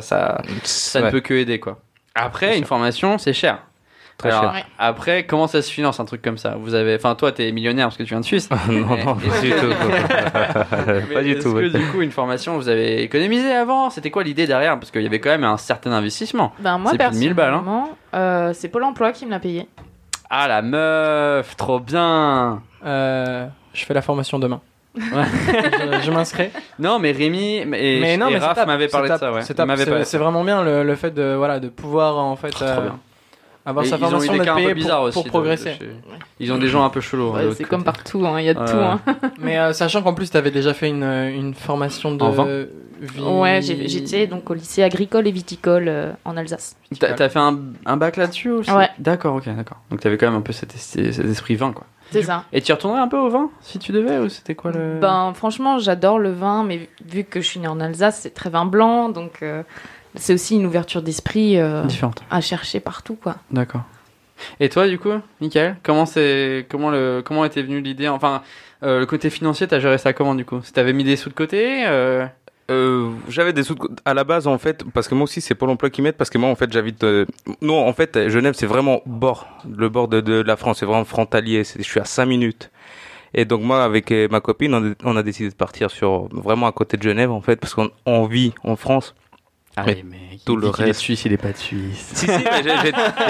A: ne peut que aider quoi. Après, une formation, c'est cher.
D: Très cher.
A: Après, comment ça se finance un truc comme ça? Toi, t'es millionnaire parce que tu viens de Suisse.
D: Non, pas du tout. Pas du tout.
A: Est-ce que du coup, une formation, vous avez économisé avant? C'était quoi l'idée derrière? Parce qu'il y avait quand même un certain investissement.
C: Moi,
A: c'est plus de 1000 balles.
C: C'est Pôle Emploi qui me l'a payé.
A: Ah la meuf, trop bien.
B: Je fais la formation demain. je m'inscris.
A: Non, mais Rémi et Raph m'avaient parlé de ça. Ouais.
B: C'est vraiment bien le fait de pouvoir en fait.
A: Trop bien.
B: Avoir sa formation d'être payé pour progresser.
A: Ils ont des gens un peu chelous.
C: C'est comme partout, il y a de tout.
B: Mais sachant qu'en plus, tu avais déjà fait une formation de vie...
C: Ouais, j'étais donc au lycée agricole et viticole en Alsace.
A: T'as fait un bac là-dessus aussi?
C: Ouais.
A: D'accord. Donc t'avais quand même un peu cet esprit vin, quoi.
C: C'est ça.
A: Et tu y retournerais un peu au vin, si tu devais, ou c'était quoi le...
C: Franchement, j'adore le vin, mais vu que je suis née en Alsace, c'est très vin blanc, donc... c'est aussi une ouverture d'esprit
A: différente
C: à chercher partout, quoi.
A: D'accord. Et toi, du coup, Mickaël, comment était venue l'idée? Enfin, le côté financier, t'as géré ça comment, du coup? T'avais mis des sous de côté
D: J'avais des sous à la base, en fait, parce que moi aussi, c'est Pôle emploi qui m'aide, parce que moi, en fait, j'habite... Nous, en fait, Genève, c'est vraiment le bord de la France, c'est vraiment frontalier, je suis à 5 minutes. Et donc moi, avec ma copine, on a décidé de partir vraiment à côté de Genève, en fait, parce qu'on vit en France.
A: Allez, mais tout le reste. Il est suisse, il est pas de Suisse.
D: Si, mais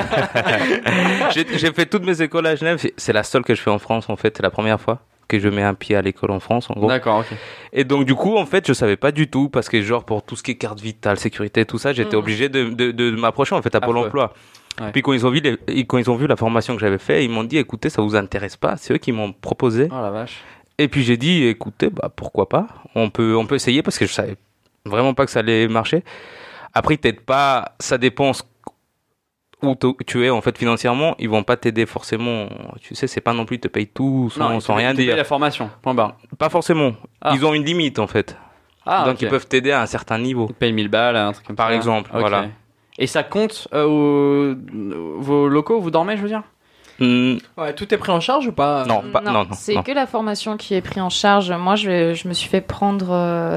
D: j'ai fait toutes mes écoles à Genève. C'est la seule que je fais en France, en fait. C'est la première fois que je mets un pied à l'école en France, en gros.
A: D'accord, ok.
D: Et donc, du coup, en fait, je savais pas du tout, parce que genre, pour tout ce qui est carte vitale, sécurité, tout ça, j'étais obligé de m'approcher, en fait, à Pôle emploi. Ouais. Puis quand ils ont vu la formation que j'avais fait, ils m'ont dit, écoutez, ça vous intéresse pas? C'est eux qui m'ont proposé.
A: Oh la vache.
D: Et puis j'ai dit, écoutez, pourquoi pas? On peut essayer, parce que je savais vraiment pas que ça allait marcher. Après, peut-être pas, ça dépend où tu es en fait financièrement, ils vont pas t'aider forcément. Tu sais, c'est pas non plus te payer tout sans rien dire.
A: La formation. Point barre.
D: Pas forcément. Ils ont une limite en fait. Donc ils peuvent t'aider à un certain niveau.
A: Ils payent 1000 balles, un truc comme ça.
D: Par exemple, voilà.
A: Et ça compte vos locaux, vous dormez, je veux dire?
B: Ouais, tout est pris en charge ou pas?
C: Non. C'est que la formation qui est prise en charge. Moi, je me suis fait prendre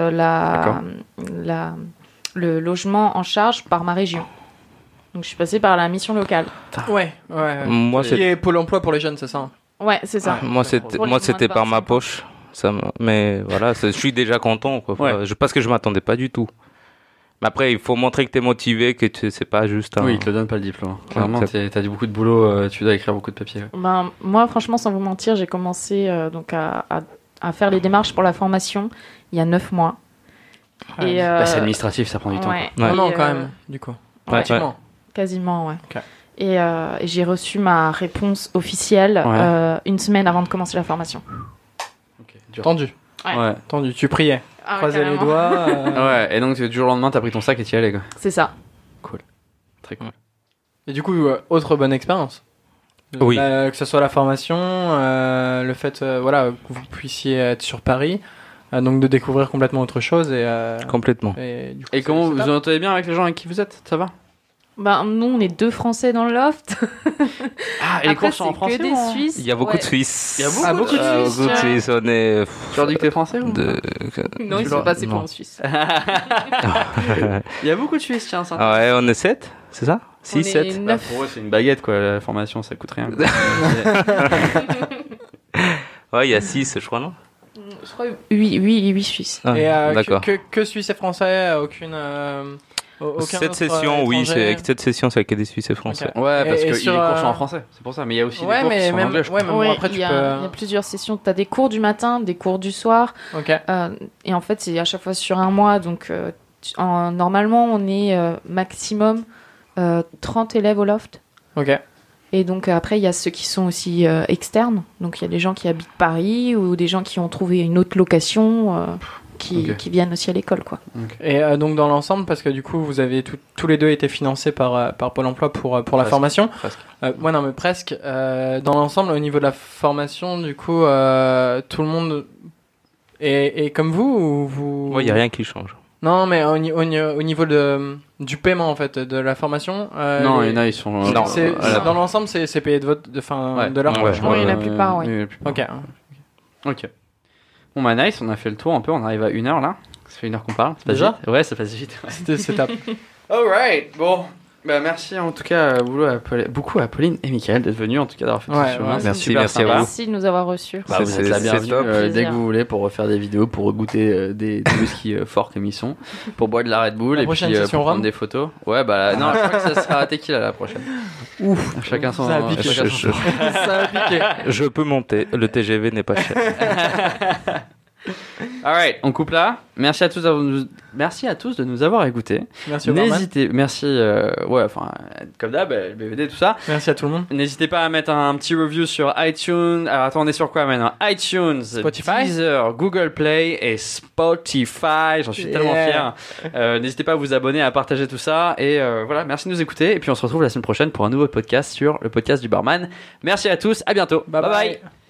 C: le logement en charge par ma région. Donc, je suis passée par la mission locale.
B: Ouais.
D: Moi,
B: c'est Pôle emploi pour les jeunes, c'est ça?
C: Ouais, c'est ça.
D: Moi, c'était par ma poche. Mais voilà, je suis déjà content, quoi. Ouais. Parce que je m'attendais pas du tout. Mais après, il faut montrer que tu es motivé, que c'est pas juste
A: Oui, ils te donnent pas le diplôme. Clairement, t'as beaucoup de boulot, tu dois écrire beaucoup de papiers.
C: Moi, franchement, sans vous mentir, j'ai commencé donc à faire les démarches pour la formation il y a 9 mois.
A: Ouais. Et c'est administratif, ça prend du temps.
C: Ouais.
B: Non, quand même, du coup.
C: Quasiment, ouais.
B: Okay.
C: Et j'ai reçu ma réponse officielle une semaine avant de commencer la formation.
B: Okay. Tendu.
C: Ouais.
B: Tendu. Tu priais. Croiser les doigts.
A: Ouais, et donc du jour au lendemain, t'as pris ton sac et t'y allais, quoi.
C: C'est ça.
A: Cool. Très cool.
B: Et du coup, autre bonne expérience.
D: Oui.
B: Que ce soit la formation, le fait voilà, que vous puissiez être sur Paris, donc de découvrir complètement autre chose.
D: Complètement.
A: Et comment vous vous entendez bien avec les gens avec qui vous êtes? Ça va?
C: Bah, nous, on est 2 Français dans le loft.
A: Ah, et les cours sont en français?
C: Que des Suisses.
D: Il y a beaucoup de Suisses.
A: Il y a beaucoup de
D: Suisses. On est.
A: Tu leur dis que t'es français ou
C: Non, ils sont passés pour en Suisse.
A: Il y a beaucoup de Suisses, tiens.
D: Ah ouais, on est 7, c'est ça? 6, 7.
A: Bah, pour eux, c'est une baguette, quoi. La formation, ça coûte rien.
D: Ouais, il y a 6, je crois, non?
C: Je crois 8 Suisses.
B: Et
D: d'accord.
B: que Suisses et Français, aucun
D: cette session, oui, cette session, c'est que des Suisses et Français.
A: Okay. Ouais, parce que les cours sont en français, c'est pour ça. Mais il y a aussi des cours qui sont en anglais.
B: Après,
C: il y a plusieurs sessions. Tu as des cours du matin, des cours du soir.
B: Okay.
C: Et en fait, c'est à chaque fois sur un mois. Donc, normalement, on est maximum 30 élèves au loft.
B: Ok.
C: Et donc, après, il y a ceux qui sont aussi externes. Donc, il y a des gens qui habitent Paris ou des gens qui ont trouvé une autre location. Qui viennent aussi à l'école, quoi.
B: Okay. Et donc dans l'ensemble, parce que du coup vous avez tous les deux été financés par Pôle Emploi pour la formation.
A: Presque.
B: Ouais, non mais presque. Dans l'ensemble, au niveau de la formation, du coup, tout le monde est comme vous ou vous?
D: Ouais, il y a rien qui change.
B: Non, mais au niveau du paiement en fait de la formation.
A: Non, il y en a, ils sont.
B: Dans l'ensemble, c'est payé de leur poche.
C: Oui, la plupart, oui.
B: Ok.
A: Bon bah nice, on a fait le tour un peu, on arrive à 1h là. Ça fait 1h qu'on parle.
B: Déjà
A: vite. Ouais, ça passe vite.
B: C'est top.
A: Alright, bon. Bah merci en tout cas beaucoup à Pauline et Mickaël d'être venus, en tout cas d'avoir fait ce chemin.
D: Merci à vous.
C: Merci de nous avoir reçus.
A: Bah, vous êtes la bienvenue dès que vous voulez pour refaire des vidéos, pour goûter des whisky forts comme ils sont, pour boire de la Red Bull et puis pour prendre des photos. Ouais bah non, je crois que ça sera tequila la prochaine. Ouf, chacun son.
B: Ça a piqué. Ça a piqué.
D: Je peux monter, le TGV n'est pas cher.
A: Alright, on coupe là. Merci à tous de nous avoir écoutés.
B: Merci au
A: comme d'hab, le BVD, tout ça.
B: Merci à tout le monde.
A: N'hésitez pas à mettre un petit review sur iTunes. Alors attends, on est sur quoi maintenant? iTunes,
B: Spotify,
A: Deezer, Google Play et Spotify. J'en suis tellement fier. N'hésitez pas à vous abonner, à partager tout ça. Et voilà, merci de nous écouter. Et puis on se retrouve la semaine prochaine pour un nouveau podcast sur le podcast du barman. Merci à tous, à bientôt.
B: Bye bye.